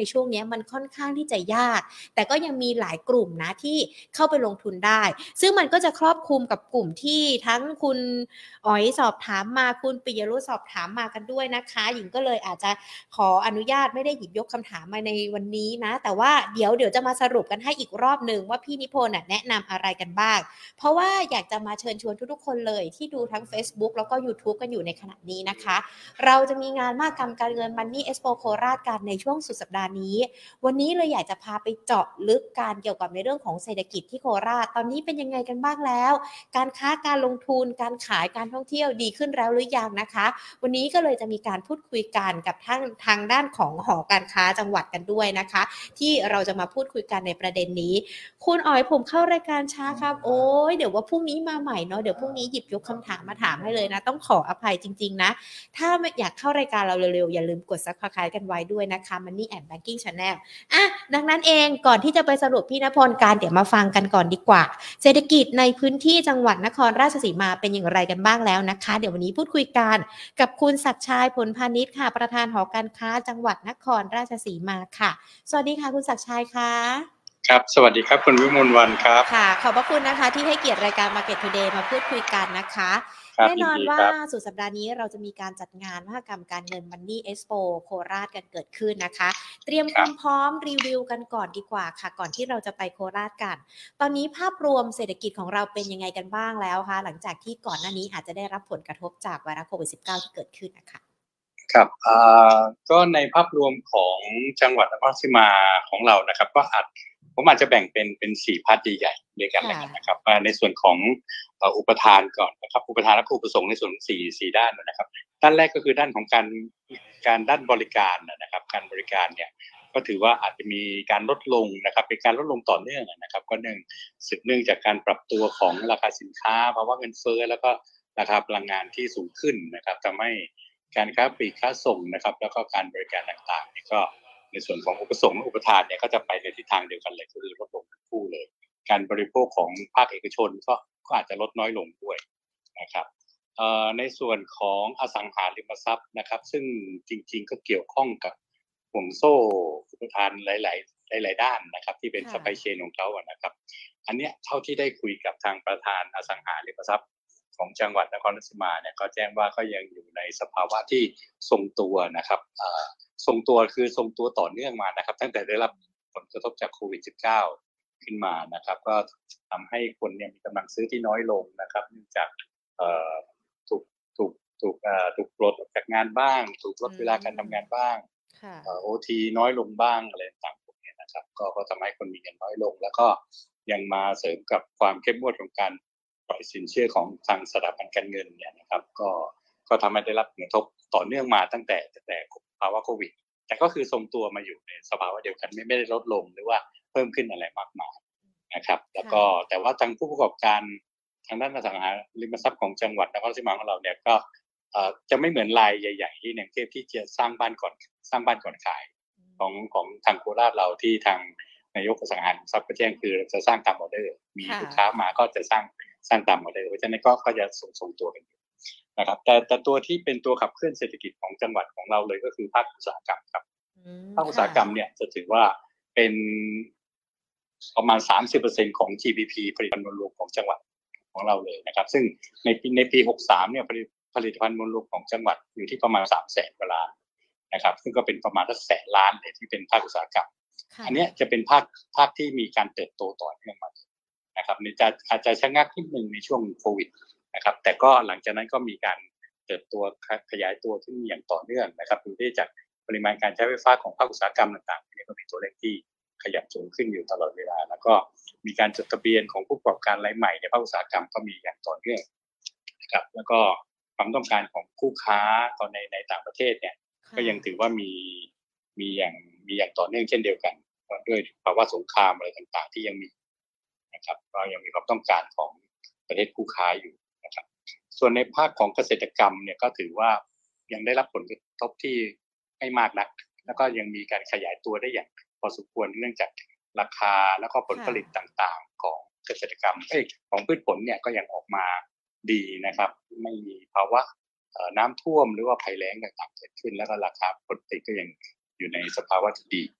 ยมันค่อนข้างที่จะยากแต่ก็ยังมีหลายกลุ่มนะที่เข้าไปลงทุนได้ซึ่งมันก็จะครอบคลุมกับกลุ่มที่ทั้งคุณอ๋อยสอบถามมาคุณปิยรุสอบถามมากันด้วยนะคะหญิงก็เลยอาจจะขออนุญาตไม่ได้หยิบยกคำถามมาในวันนี้นะแต่ว่าเดี๋ยวเดี๋ยวจะมาสรุปกันให้อีกรอบนึงว่าพี่นิพนธ์แนะนำอะไรกันบ้างเพราะว่าอยากจะมาเชิญชวนทุกๆคนเลยที่ดูทั้ง Facebook แล้วก็ YouTube กันอยู่ในขณะนี้นะคะเราจะมีงานมหกรรมการเงิน Money Expo โคราชกันในช่วงสุดสัปดาห์นี้วันนี้เลยอยากจะพาไปเจาะลึกการเกี่ยวกับในเรื่องของเศรษฐกิจที่โคราชตอนนี้เป็นยังไงกันบ้างแล้วการค้าการลงทุนการขายการท่องเที่ยวดีขึ้นแล้วหรือยังนะคะวันนี้ก็เลยจะมีการพูดคุยกันกับทางทางด้านของหอการค้าจังหวัดกันด้วยนะคะที่เราจะมาพูดคุยกันในประเด็นนี้คุณอ๋อยผมเข้ารายการช้าครับโอ้ยเดี๋ยวว่าพรุ่งนี้มาใหม่เนาะเดี๋ยวพรุ่งนี้หยิบยกคำถามมาถามให้เลยนะต้องขออภัยจริงๆนะถ้าอยากเข้ารายการเราเร็วๆอย่าลืมกด Subscribe กันไว้ด้วยนะคะ Money and Banking Channel อ่ะดังนั้นเองก่อนที่จะไปสรุปพี่ณพลการเดี๋ยวมาฟังกันก่อนดีกว่าเศรษฐกิจในพื้นที่จังหวัดนครราชสีมาเป็นอย่างไรกันบ้างแล้วนะคะเดี๋ยววันนี้พูดคุยกันกับคุณศักดิ์ชัยผลพาณิชย์ค่ะประธานหอการค้าจังหวัดนครราชสีมาค่ะสวัสดีค่ะคุณศักดิ์ชัยค่ะครับสวัสดีครับคุณวิมลวรรณครับค่ะขอบพระคุณนะคะที่ให้เกียรติรายการ Market Today มาพูดคุยกันนะคะแน่นอนว่าสุดสัปดาห์นี้เราจะมีการจัดงานมหกรรมการเงิน Money Expo โคราชกันเกิดขึ้นนะคะเตรียมความพร้อมรีวิวกันก่อนดีกว่าค่ะก่อนที่เราจะไปโคราชกันตอนนี้ภาพรวมเศรษฐกิจของเราเป็นยังไงกันบ้างแล้วคะหลังจากที่ก่อนหน้านี้อาจจะได้รับผลกระทบจากไวรัสโควิด สิบเก้า ที่เกิดขึ้นนะคะครับอ่าก็ในภาพรวมของจังหวัดนครราชสีมาของเรานะครับก็อาจผมอาจจะแบ่งเป็นเป็นสี่พาร์ทใหญ่ๆด้วยกันนะครับในส่วนของอุปทานก่อนนะครับอุปทานและอุปสงค์ในส่วนสี่สี่ด้านนะครับด้านแรกก็คือด้านของการการด้านบริการนะครับการบริการเนี่ยก็ถือว่าอาจจะมีการลดลงนะครับเป็นการลดลงต่อเนื่องนะครับก็เนื่องสืบเนื่องจากการปรับตัวของราคาสินค้าภาวะเงินเฟ้อแล้วก็ราคาพลังงานที่สูงขึ้นนะครับทำให้การค้าปลีกค้าส่งนะครับแล้วก็การบริการต่างๆนี่ก็ในส่วนของอุปสงค์และอุปทานเนี่ยก็จะไปในทิศทางเดียวกันเลยก็คือลดลงทั้งคู่เลยการบริโภคของภาคเอกชนก็ก็อาจจะลดน้อยลงด้วยนะครับในส่วนของอสังหาริมทรัพย์นะครับซึ่งจริงๆก็เกี่ยวข้องกับห่วงโซ่อุปทานหลายๆหลายๆด้านนะครับที่เป็นซัพพลายเชนของเขาอะนะครับอันเนี้ยเท่าที่ได้คุยกับทางประธานอสังหาริมทรัพย์ของจังหวัดนครราชสีมาเนี่ยก็แจ้งว่าก็ยังอยู่ในสภาวะที่ทรงตัวนะครับทรงตัวคือทรงตัวต่อเนื่องมานะครับตั้งแต่ได้รับผลกระทบจากโควิด สิบเก้า ขึ้นมานะครับก็ทำให้คนเนี่ยมีกำลังซื้อที่น้อยลงนะครับเนื่องจากถูกถูกถูกถูกปลดออกจากงานบ้างถูกลดเวลาการทำงานบ้างโอทีน้อยลงบ้างอะไรต่างๆพวกนี้นะครับก็ก็ทำให้คนมีเงินน้อยลงแล้วก็ยังมาเสริมกับความเข้มงวดของการปล่อยสินเชื่อของทางสถาบันการเงินเนี่ยนะครับก็ก็ทำให้ได้รับผลกระทบต่อเนื่องมาตั้งแต่แต่ภาวะโควิดแต่ก็คือทรงตัวมาอยู่ในสภาวะเดียวกันไม่ไม่ได้ลดลงหรือว่าเพิ่มขึ้นอะไรมากมายนะครับแล้วก็แต่ว่าทางผู้ประกอบการทางด้านอสังหาริมทรัพย์ของจังหวัดนครราชสีมาของเราเนี่ยก็จะไม่เหมือนรายใหญ่ๆที่ในกรุงเทพที่จะสร้างบ้านก่อนสร้างบ้านก่อนขายของของทางโคราชเราที่ทางนายกอสังหาริมทรัพย์ก็แจ้งคือจะสร้างตามออเดอร์มีลูกค้ามาก็จะสร้างสร้างตามออเดอร์เพราะฉะนั้นก็ก็จะส่งส่งตัวกันอยู่นะครับแต่แต่ตัวที่เป็นตัวขับเคลื่อนเศรษฐกิจของจังหวัดของเราเลยก็คือภาคอุตสาหกรรมครับภาคอุตสาหกรรมเนี่ยจะถือว่าเป็นประมาณ สามสิบเปอร์เซ็นต์ ของ จี ดี พี ผลิตภัณฑ์มวลรวมของจังหวัดของเราเลยนะครับซึ่งในปีในปีหกสิบสามเนี่ยผลิตภัณฑ์มวลรวมของจังหวัดอยู่ที่ประมาณ สามแสน กว่าล้านนะครับซึ่งก็เป็นประมาณสักแสนล้านเลยที่เป็นภาคอุตสาหกรรมอันนี้จะเป็นภาคภาคที่มีการเติบโตต่อเนื่องมานะครับในจะอาจจะชะงักนิดนึงในช่วงโควิดนะครับแต่ก็หลังจากนั้นก็มีการเติบโตขยายตัวขึ้นอย่างต่อเนื่องนะครับดูได้จากปริมาณการใช้ไฟฟ้าของภาคอุตสาหกรรมต่างๆนี่ก็มีตัวเลขที่ขยับสูงขึ้นอยู่ตลอดเวลาแล้วก็มีการจดทะเบียนของผู้ประกอบการรายใหม่ในภาคอุตสาหกรรมก็มีอย่างต่อเนื่องนะครับแล้วก็ความต้องการของคู่ค้าตอนในในต่างประเทศเนี่ยก็ยังถือว่ามีมีอย่างมีอย่างต่อเนื่องเช่นเดียวกันด้วยภาวะสงครามอะไรต่างๆที่ยังมีนะครับก็ยังมีความต้องการของประเทศคู่ค้าอยู่นะครับส่วนในภาคของเกษตรกรรมเนี่ยก็ถือว่ายังได้รับผลกระทบที่ไม่มากนักแล้วก็ยังมีการขยายตัวได้อย่างพอสมควรเนื่องจากราคาแล้วก็ผลผลิตต่างๆของเกษตรกรรมเอ้ยของพืชผลเนี่ยก็ยังออกมาดีนะครับไม่มีภาวะน้ำท่วมหรือว่าภัยแล้งต่างๆเกิดขึ้นแล้วก็ราคาผลผลิตก็ยังอยู่ในสภาวะที่ดี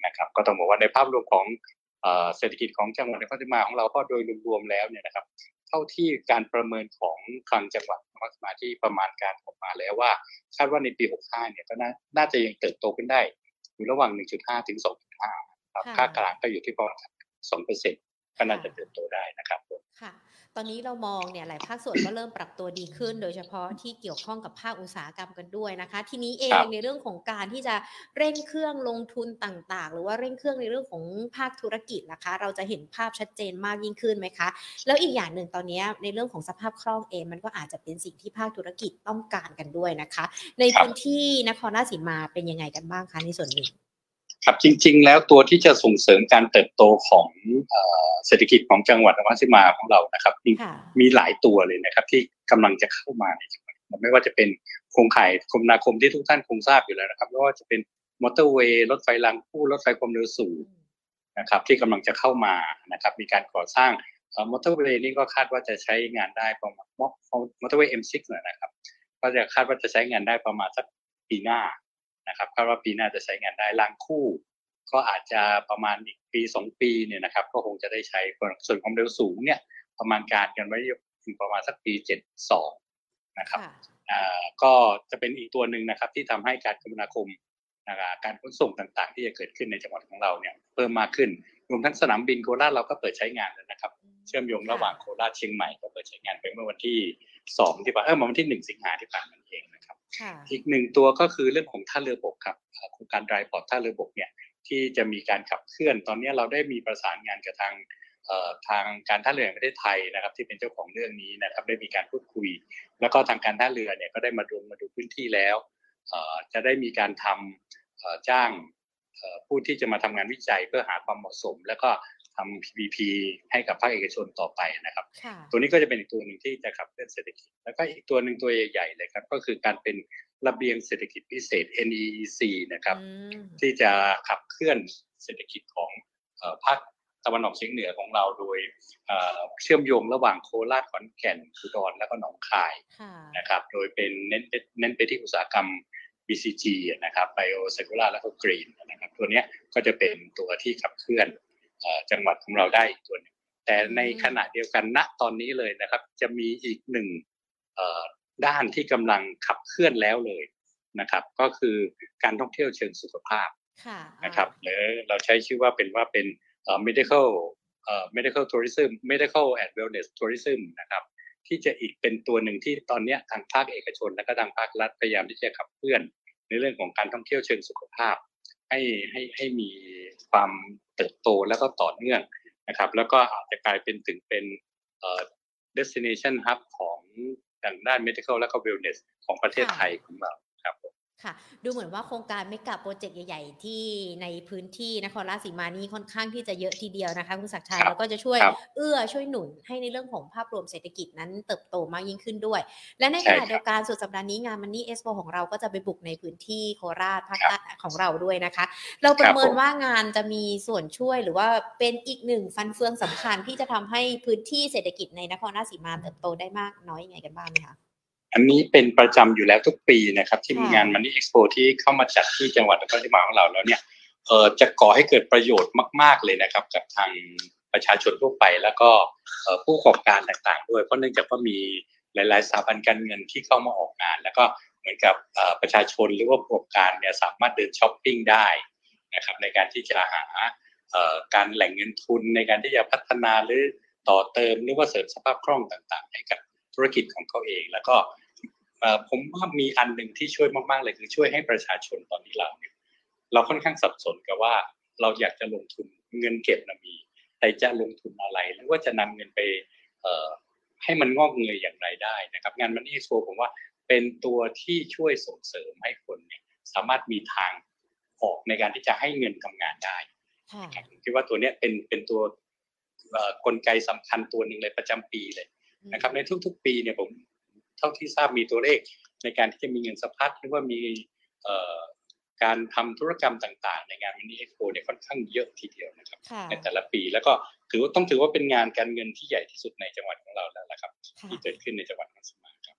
นะครับก็ต้องบอกว่าในภาพรวมของเศรษฐกิจของจังหวัดนครราชสีมาของเราก็โดยรวมๆแล้วเนี่ยนะครับเท่าที่การประเมินของคลังจังหวัดนครราชสีมาที่ประมาณการออกมาแล้วว่าคาดว่าในปีหกสิบห้าเนี่ยก็น่าจะยังเติบโตขึ้นได้อยู่ระหว่าง หนึ่งจุดห้า ถึง สองจุดห้า ครับค่ากลางก็อยู่ที่ประมาณ สองเปอร์เซ็นต์ ก็น่าจะเติบโตได้นะครับค่ะตอนนี้เรามองเนี่ยหลายภาคส่วนก็เริ่มปรับตัวดีขึ้นโดยเฉพาะที่เกี่ยวข้องกับภาคอุตสาหกรรมกันด้วยนะคะทีนี้เองในเรื่องของการที่จะเร่งเครื่องลงทุนต่างๆหรือว่าเร่งเครื่องในเรื่องของภาคธุรกิจนะคะเราจะเห็นภาพชัดเจนมากยิ่งขึ้นไหมคะแล้วอีกอย่างหนึ่งตอนนี้ในเรื่องของสภาพคล่องเองมันก็อาจจะเป็นสิ่งที่ภาคธุรกิจต้องการกันด้วยนะคะในพื้นที่นครราชสีมาเป็นยังไงกันบ้างคะในส่วนนี้ครับจริงๆแล้วตัวที่จะส่งเสริมการเติบโตของเศรษฐกิจของจังหวัดนครราชสีมาของเรานะครับมีหลายตัวเลยนะครับที่กำลังจะเข้ามาในจังหวัดไม่ว่าจะเป็นโครงข่ายคมนาคมที่ทุกท่านคงทราบอยู่แล้วนะครับไม่ว่าจะเป็นมอเตอร์เวย์รถไฟรางคู่รถไฟความเร็วสูงนะครับที่กำลังจะเข้ามานะครับมีการก่อสร้างมอเตอร์เวย์นี่ก็คาดว่าจะใช้งานได้ประมาณมอเตอร์เวย์ เอ็ม ซิกซ์ นะครับก็จะคาดว่าจะใช้งานได้ประมาณสักปีหน้านะครับคาดว่าปีหน้าจะใช้งานได้รางคู่ก็อาจจะประมาณอีกปีสองปีเนี่ยนะครับก็คงจะได้ใช้ส่วนความเร็วสูงเนี่ยประมาณการกันไว้ถึงประมาณสักปีเจ็ดสิบสองนะครับอ่าก็จะเป็นอีกตัวหนึ่งนะครับที่ทำให้การคมนาคมการขนส่งต่างๆที่จะเกิดขึ้นในจังหวัดของเราเนี่ยเพิ่มมากขึ้นรวมทั้งสนามบินโคราชเราก็เปิดใช้งานแล้วนะครับเชื่อมโยงระหว่างโคราชเชียงใหม่ก็เปิดใช้งานไปเมื่อวันที่สองที่ผ่านเออวันที่หนึ่งสิงหาที่ผ่านมาเองนะครับอีกหนึ่งตัวก็คือเรื่องของท่าเรือบกครับโครงการไดรฟ์พอร์ตท่าเรือบกเนี่ยที่จะมีการขับเคลื่อนตอนนี้เราได้มีประสานงานกับทางทางการท่าเรือแห่งประเทศไทยนะครับที่เป็นเจ้าของเรื่องนี้นะครับได้มีการพูดคุยแล้วก็ทางการท่าเรือเนี่ยก็ได้มาดูมาดูพื้นที่แล้วจะได้มีการทำจ้างผู้ที่จะมาทำงานวิจัยเพื่อหาความเหมาะสมแล้วก็ทำ พี พี พี ให้กับภาคเอกชนต่อไปนะครับตัวนี้ก็จะเป็นอีกตัวหนึ่งที่จะขับเคลื่อนเศรษฐกิจแล้วก็อีกตัวหนึ่งตัวใหญ่ๆเลยครับก็คือการเป็นระเบียงเศรษฐกิจพิเศษ เอ็น อี อี ซี นะครับที่จะขับเคลื่อนเศรษฐกิจของภาคตะวันออกเฉียงเหนือของเราโดยเชื่อมโยงระหว่างโคราชขอนแก่นอุดรและก็หนองคายนะครับโดยเป็นเน้นเน้นไปที่อุตสาหกรรม บี ซี จี นะครับ Bio Circular และก็ Green นะครับตัวนี้ก็จะเป็นตัวที่ขับเคลื่อนจังหวัดของเราได้อีกตัวนึงแต่ในขณะเดียวกันณตอนนี้เลยนะครับจะมีอีกหนึ่งด้านที่กำลังขับเคลื่อนแล้วเลยนะครับก็คือการท่องเที่ยวเชิงสุขภาพนะครับหรือเราใช้ชื่อว่าเป็นว่าเป็น medical medical tourism medical and wellness tourism นะครับที่จะอีกเป็นตัวหนึ่งที่ตอนนี้ทางภาคเอกชนและก็ทางภาครัฐพยายามที่จะขับเคลื่อนในเรื่องของการท่องเที่ยวเชิงสุขภาพให้ให้ให้มีความเติบโตแล้วก็ต่อเนื่องนะครับแล้วก็อาจจะกลายเป็นถึงเป็นเอ่อ destination hub ของทางด้าน medical และก็ wellness ของประเทศไทยของเราครับค่ะดูเหมือนว่าโครงการเมกะโปรเจกต์ใหญ่ๆที่ในพื้นที่นครราชสีมานี่ค่อนข้างที่จะเยอะทีเดียวนะคะคุณศักดิ์ชัยแล้วก็จะช่วยเอื้อช่วยหนุนให้ในเรื่องของภาพรวมเศรษฐกิจนั้นเติบโตมากยิ่งขึ้นด้วยและในขณะเดียวกันสุดสัปดาห์นี้งานมันนี่เอ็กซ์โปของเราก็จะไปบุกในพื้นที่โคราชภาคใต้ของเราด้วยนะคะเราประเมินว่างานจะมีส่วนช่วยหรือว่าเป็นอีกหนึ่งฟันเฟืองสำคัญที่จะทำให้พื้นที่เศรษฐกิจในนครราชสีมาเติบโตได้มากน้อยยังไงกันบ้างไหมคะอันนี้เป็นประจำอยู่แล้วทุกปีนะครับที่มีงานมันนี่เอ็กซ์โปที่เข้ามาจัดที่จังหวัดนครราชสีมาของเราแล้วเนี่ยเอ่อจะก่อให้เกิดประโยชน์มากๆเลยนะครับกับทางประชาชนทั่วไปแล้วก็เอ่อผู้ประกอบการต่างๆด้วยเพราะเนื่องจากว่ามีหลายๆสถาบันการเงินที่เข้ามาออกงานแล้วก็เหมือนกับเอ่อประชาชนหรือว่าผู้ประกอบการเนี่ยสามารถเดินช้อปปิ้งได้นะครับในการที่จะหาเอ่อการแหล่งเงินทุนในการที่จะพัฒนาหรือต่อเติมหรือว่าเสริมสภาพคล่องต่างๆให้กับธุรกิจของเขาเองแล้วก็ผมว่ามีอันหนึ่งที่ช่วยมากๆเลยคือช่วยให้ประชาชนตอนนี้เราเนี่ยเราค่อนข้างสับสนกับว่าเราอยากจะลงทุนเงินเก็บนะมีแต่จะลงทุนอะไรหรือว่าจะนำเงินไปเอ่อให้มันงอกเงยอย่างไรได้นะครับงานมันนี่โชว์ผมว่าเป็นตัวที่ช่วยส่งเสริมให้คนเนี่ยสามารถมีทางออกในการที่จะให้เงินทำงานได้ผมคิดว่าตัวนี้เป็นเป็นตัวกลไกสำคัญตัวหนึ่งเลยประจำปีเลยนะครับในทุกๆปีเนี่ยผมเท่าที่ทราบมีตัวเลขในการที่จะมีเงินสะพัดหรือว่ามีการทำธุรกรรมต่างๆในงานมินิเอ็กซ์โปเนี่ยค่อนข้างเยอะทีเดียวนะครับในแต่ละปีแล้วก็ถือว่าต้องถือว่าเป็นงานการเงินที่ใหญ่ที่สุดในจังหวัดของเราแล้วละครับที่เกิดขึ้นในจังหวัดนครราชสีมาครับ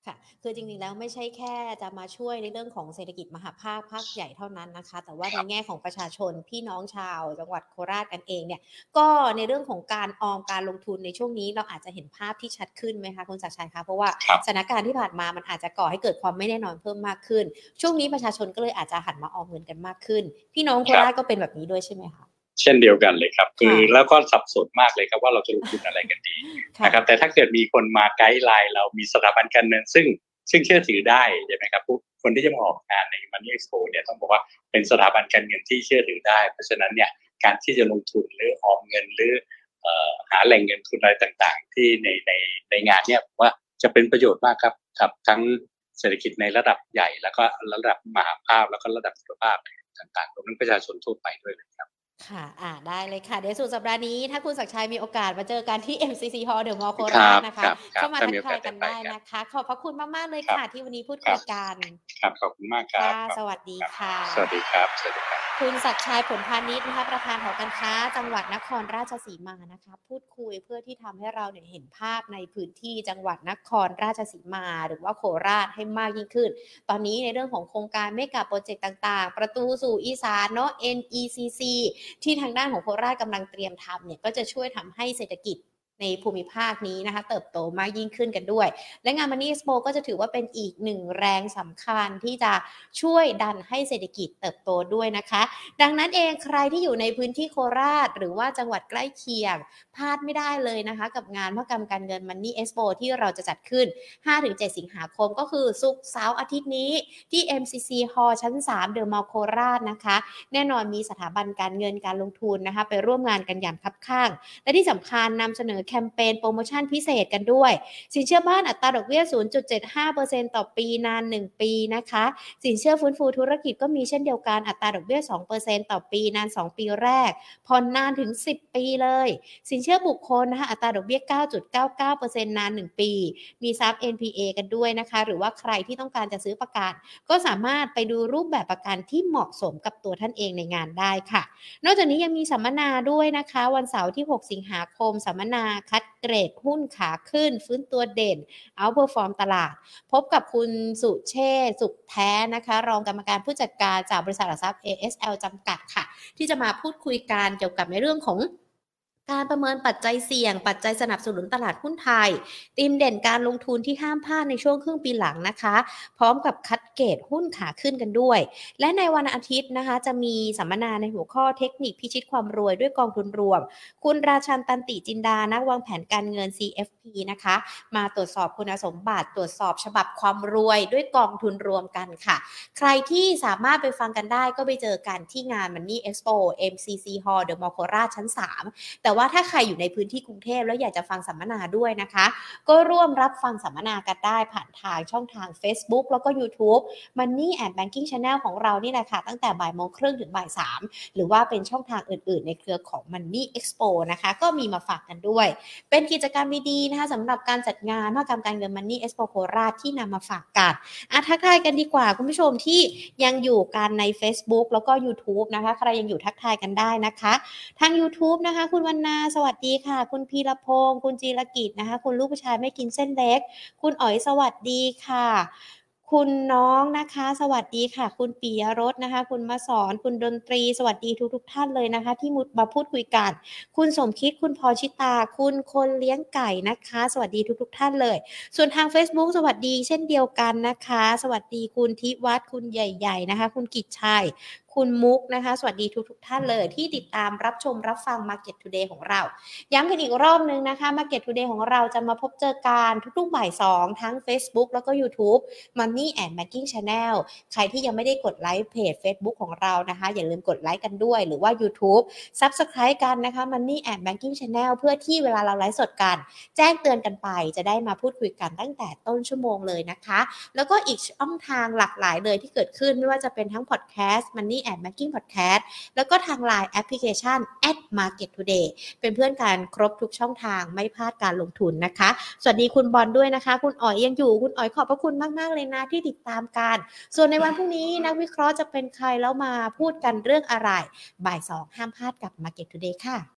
ค่ะคือจริงๆแล้วไม่ใช่แค่จะมาช่วยในเรื่องของเศรษฐกิจมหภาคภาคใหญ่เท่านั้นนะคะแต่ว่าในแง่ของประชาชนพี่น้องชาวจังหวัดโคราชกันเองเนี่ยก็ในเรื่องของการออมการลงทุนในช่วงนี้เราอาจจะเห็นภาพที่ชัดขึ้นไหมคะคุณศักดิ์ชัยคะเพราะว่าสถานการณ์ที่ผ่านมามันอาจจะก่อให้เกิดความไม่แน่นอนเพิ่มมากขึ้นช่วงนี้ประชาชนก็เลยอาจจะหันมาออมเงินกันมากขึ้นพี่น้องโคราชก็เป็นแบบนี้ด้วยใช่ไหมคะเช่นเดียวกันเลยครับคือแล้วก็สับสนมากเลยครับว่าเราจะลงทุนอะไรกันดีนะครับแต่ถ้าเกิดมีคนมาไกด์ไลน์เรามีสถาบันการเงินซึ่งซึ่งเชื่อถือได้ใช่ไหมครับผู้คนที่จะมาออกงานใน Money Expo เนี่ยต้องบอกว่าเป็นสถาบันการเงินที่เชื่อถือได้เพราะฉะนั้นเนี่ยการที่จะลงทุนหรือออมเงินหรือเอ่อหาแหล่งเงินทุนอะไรต่างๆที่ในในในงานเนี่ยผมว่าจะเป็นประโยชน์มากครับกับทั้งเศรษฐกิจในระดับใหญ่แล้วก็ระดับมหาภาคแล้วก็ระดับสุขภาพต่างๆรวมทั้งประชาชนทั่วไปด้วยเลยครับค่ะอ่าได้เลยค่ะเดี๋ยวสุดสัปดาห์นี้ถ้าคุณศักดิ์ชัยมีโอกาสมาเจอกันที่ เอ็ม ซี ซี Hall The Mall โคราชนะคะเข้ามาทักทายกันได้นะคะขอบพระคุณมากๆเลยค่ะที่วันนี้พูดคุยกันครับขอบคุณมากครับสวัสดีค่ะสวัสดีครับสวัสดีครับคุณศักดิ์ชัยผลพาณิชย์นะคะประธานหอการค้าจังหวัดนครราชสีมานะคะพูดคุยเพื่อที่ทำให้เราเนี่ยเห็นภาพในพื้นที่จังหวัดนครราชสีมาหรือว่าโคราชให้มากยิ่งขึ้นตอนนี้ในเรื่องของโครงการเมกะโปรเจกต์ต่างๆประตูสู่อีสานเนาะ เอ็น อี ซี ซี ที่ทางด้านของโคราชกำลังเตรียมทำเนี่ยก็จะช่วยทำให้เศรษฐกิจในภูมิภาคนี้นะคะเติบโตมากยิ่งขึ้นกันด้วยและงาน Money Expo ก็จะถือว่าเป็นอีกหนึ่งแรงสำคัญที่จะช่วยดันให้เศรษฐกิจเติบโตด้วยนะคะดังนั้นเองใครที่อยู่ในพื้นที่โคราชหรือว่าจังหวัดใกล้เคียงพลาดไม่ได้เลยนะคะกับงานมหกรรมการเงิน Money Expo ที่เราจะจัดขึ้น ห้าถึงเจ็ด สิงหาคมก็คือศุกร์เสาร์อาทิตย์นี้ที่ เอ็ม ซี ซี Hall ชั้นสาม The Mall โคราชนะคะแน่นอนมีสถาบันการเงินการลงทุนนะคะไปร่วมงานกันอย่างคับข้างและที่สำคัญนำเสนอแคมเปญโปรโมชั่นพิเศษกันด้วยสินเชื่อบ้านอัตราดอกเบี้ย ศูนย์จุดเจ็ดห้าเปอร์เซ็นต์ ต่อปีนานหนึ่งปีนะคะสินเชื่อฟื้นฟูธุรกิจก็มีเช่นเดียวกันอัตราดอกเบี้ย สองเปอร์เซ็นต์ ต่อปีนานสองปีแรกผ่อนนานถึงสิบปีเลยสินเชื่อบุคคลนะคะอัตราดอกเบี้ย เก้าจุดเก้าเก้าเปอร์เซ็นต์ นานหนึ่งปีมีทรัพย์ เอ็น พี เอ กันด้วยนะคะหรือว่าใครที่ต้องการจะซื้อประกันก็สามารถไปดูรูปแบบประกันที่เหมาะสมกับตัวท่านเองในงานได้ค่ะนอกจากนี้ยังมีสัมมนาด้วยนะคะวันเสาร์ที่หกสิงหาคมสัมมนาคัดเกรดหุ้นขาขึ้นฟื้นตัวเด่น Outperform ตลาดพบกับคุณสุเชษฐ์สุขแท้นะคะรองกรรมการผู้จัดการจากบริษัทหลักทรัพย์ เอ เอส แอล จำกัดค่ะที่จะมาพูดคุยกันเกี่ยวกับในเรื่องของการประเมินปัจจัยเสี่ยงปัจจัยสนับสนุนตลาดหุ้นไทยธีมเด่นการลงทุนที่ห้ามพลาดในช่วงครึ่งปีหลังนะคะพร้อมกับคัดเกรดหุ้นขาขึ้นกันด้วยและในวันอาทิตย์นะคะจะมีสัมมนาในหัวข้อเทคนิคพิชิตความรวยด้วยกองทุนรวมคุณราชันตันติจินดานักวางแผนการเงิน ซี เอฟ พี นะคะมาตรวจสอบคุณสมบัติตรวจสอบฉบับความรวยด้วยกองทุนรวมกันค่ะใครที่สามารถไปฟังกันได้ก็ไปเจอกันที่งาน Money Expo เอ็ม ซี ซี Hall The Mall โคราชชั้นสามแต่ว่าถ้าใครอยู่ในพื้นที่กรุงเทพแล้วอยากจะฟังสัมมนาด้วยนะคะก็ร่วมรับฟังสัมมนากันได้ผ่านทางช่องทาง Facebook แล้วก็ YouTube Money and Banking Channel ของเรานี่แหละค่ะตั้งแต่บ่ายโมงครึ่งถึงบ่ายสามหรือว่าเป็นช่องทางอื่นๆในเครือของ Money Expo นะคะก็มีมาฝากกันด้วยเป็นกิจกรรมดีๆนะคะสำหรับการจัดงานมหกรรมการเงิน Money Expo โคราชที่นำมาฝากกันอ่ะทักทายกันดีกว่าคุณผู้ชมที่ยังอยู่กันใน Facebook แล้วก็ YouTube นะคะใครยังอยู่ทักทายกันได้นะคะทาง YouTube นะคะคุณวรรณาสวัสดีค่ะคุณพีรพงศ์คุณจีรกิจนะคะคุณลูกผู้ชายไม่กินเส้นเล็กคุณอ๋อยสวัสดีค่ะคุณน้องนะคะสวัสดีค่ะคุณปิยรสนะคะคุณมาสอนคุณดนตรีสวัสดีทุกๆท่านเลยนะคะที่มาพูดคุยกันคุณสมคิดคุณพรชิตาคุณคนเลี้ยงไก่นะคะสวัสดีทุกๆท่านเลยส่วนทาง Facebook สวัสดีเช่นเดียวกันนะคะสวัสดีคุณทิวัฒน์คุณใหญ่ๆนะคะคุณกิจชัยคุณมุกนะคะสวัสดีทุกๆท่านเลยที่ติดตามรับชมรับฟัง Market Today ของเราย้ำกันอีกรอบนึงนะคะ Market Today ของเราจะมาพบเจอกันทุกๆบ่ายสองทั้ง Facebook แล้วก็ YouTube Money and Banking Channel ใครที่ยังไม่ได้กดไลค์เพจ Facebook ของเรานะคะอย่าลืมกดไลค์กันด้วยหรือว่า YouTube Subscribe กันนะคะ Money and Banking Channel เพื่อที่เวลาเราไลฟ์สดกันแจ้งเตือนกันไปจะได้มาพูดคุยกันตั้งแต่ต้นชั่วโมงเลยนะคะแล้วก็อีกช่องทางหลากหลายเลยที่เกิดขึ้นไม่ว่าจะเป็นทั้ง Podcast Money and Banking Podcast แล้วก็ทาง ไลน์ แอปพลิเคชัน แอท Market Today เป็นเพื่อนกันครบทุกช่องทางไม่พลาดการลงทุนนะคะสวัสดีคุณบอลด้วยนะคะคุณอ๋อยยังอยู่คุณอ๋อยขอบพระคุณมากๆเลยนะที่ติดตามกันส่วนในวันพรุ่งนี้นักวิเคราะห์จะเป็นใครแล้วมาพูดกันเรื่องอะไรบ่ายสองห้ามพลาดกับ Market Today ค่ะ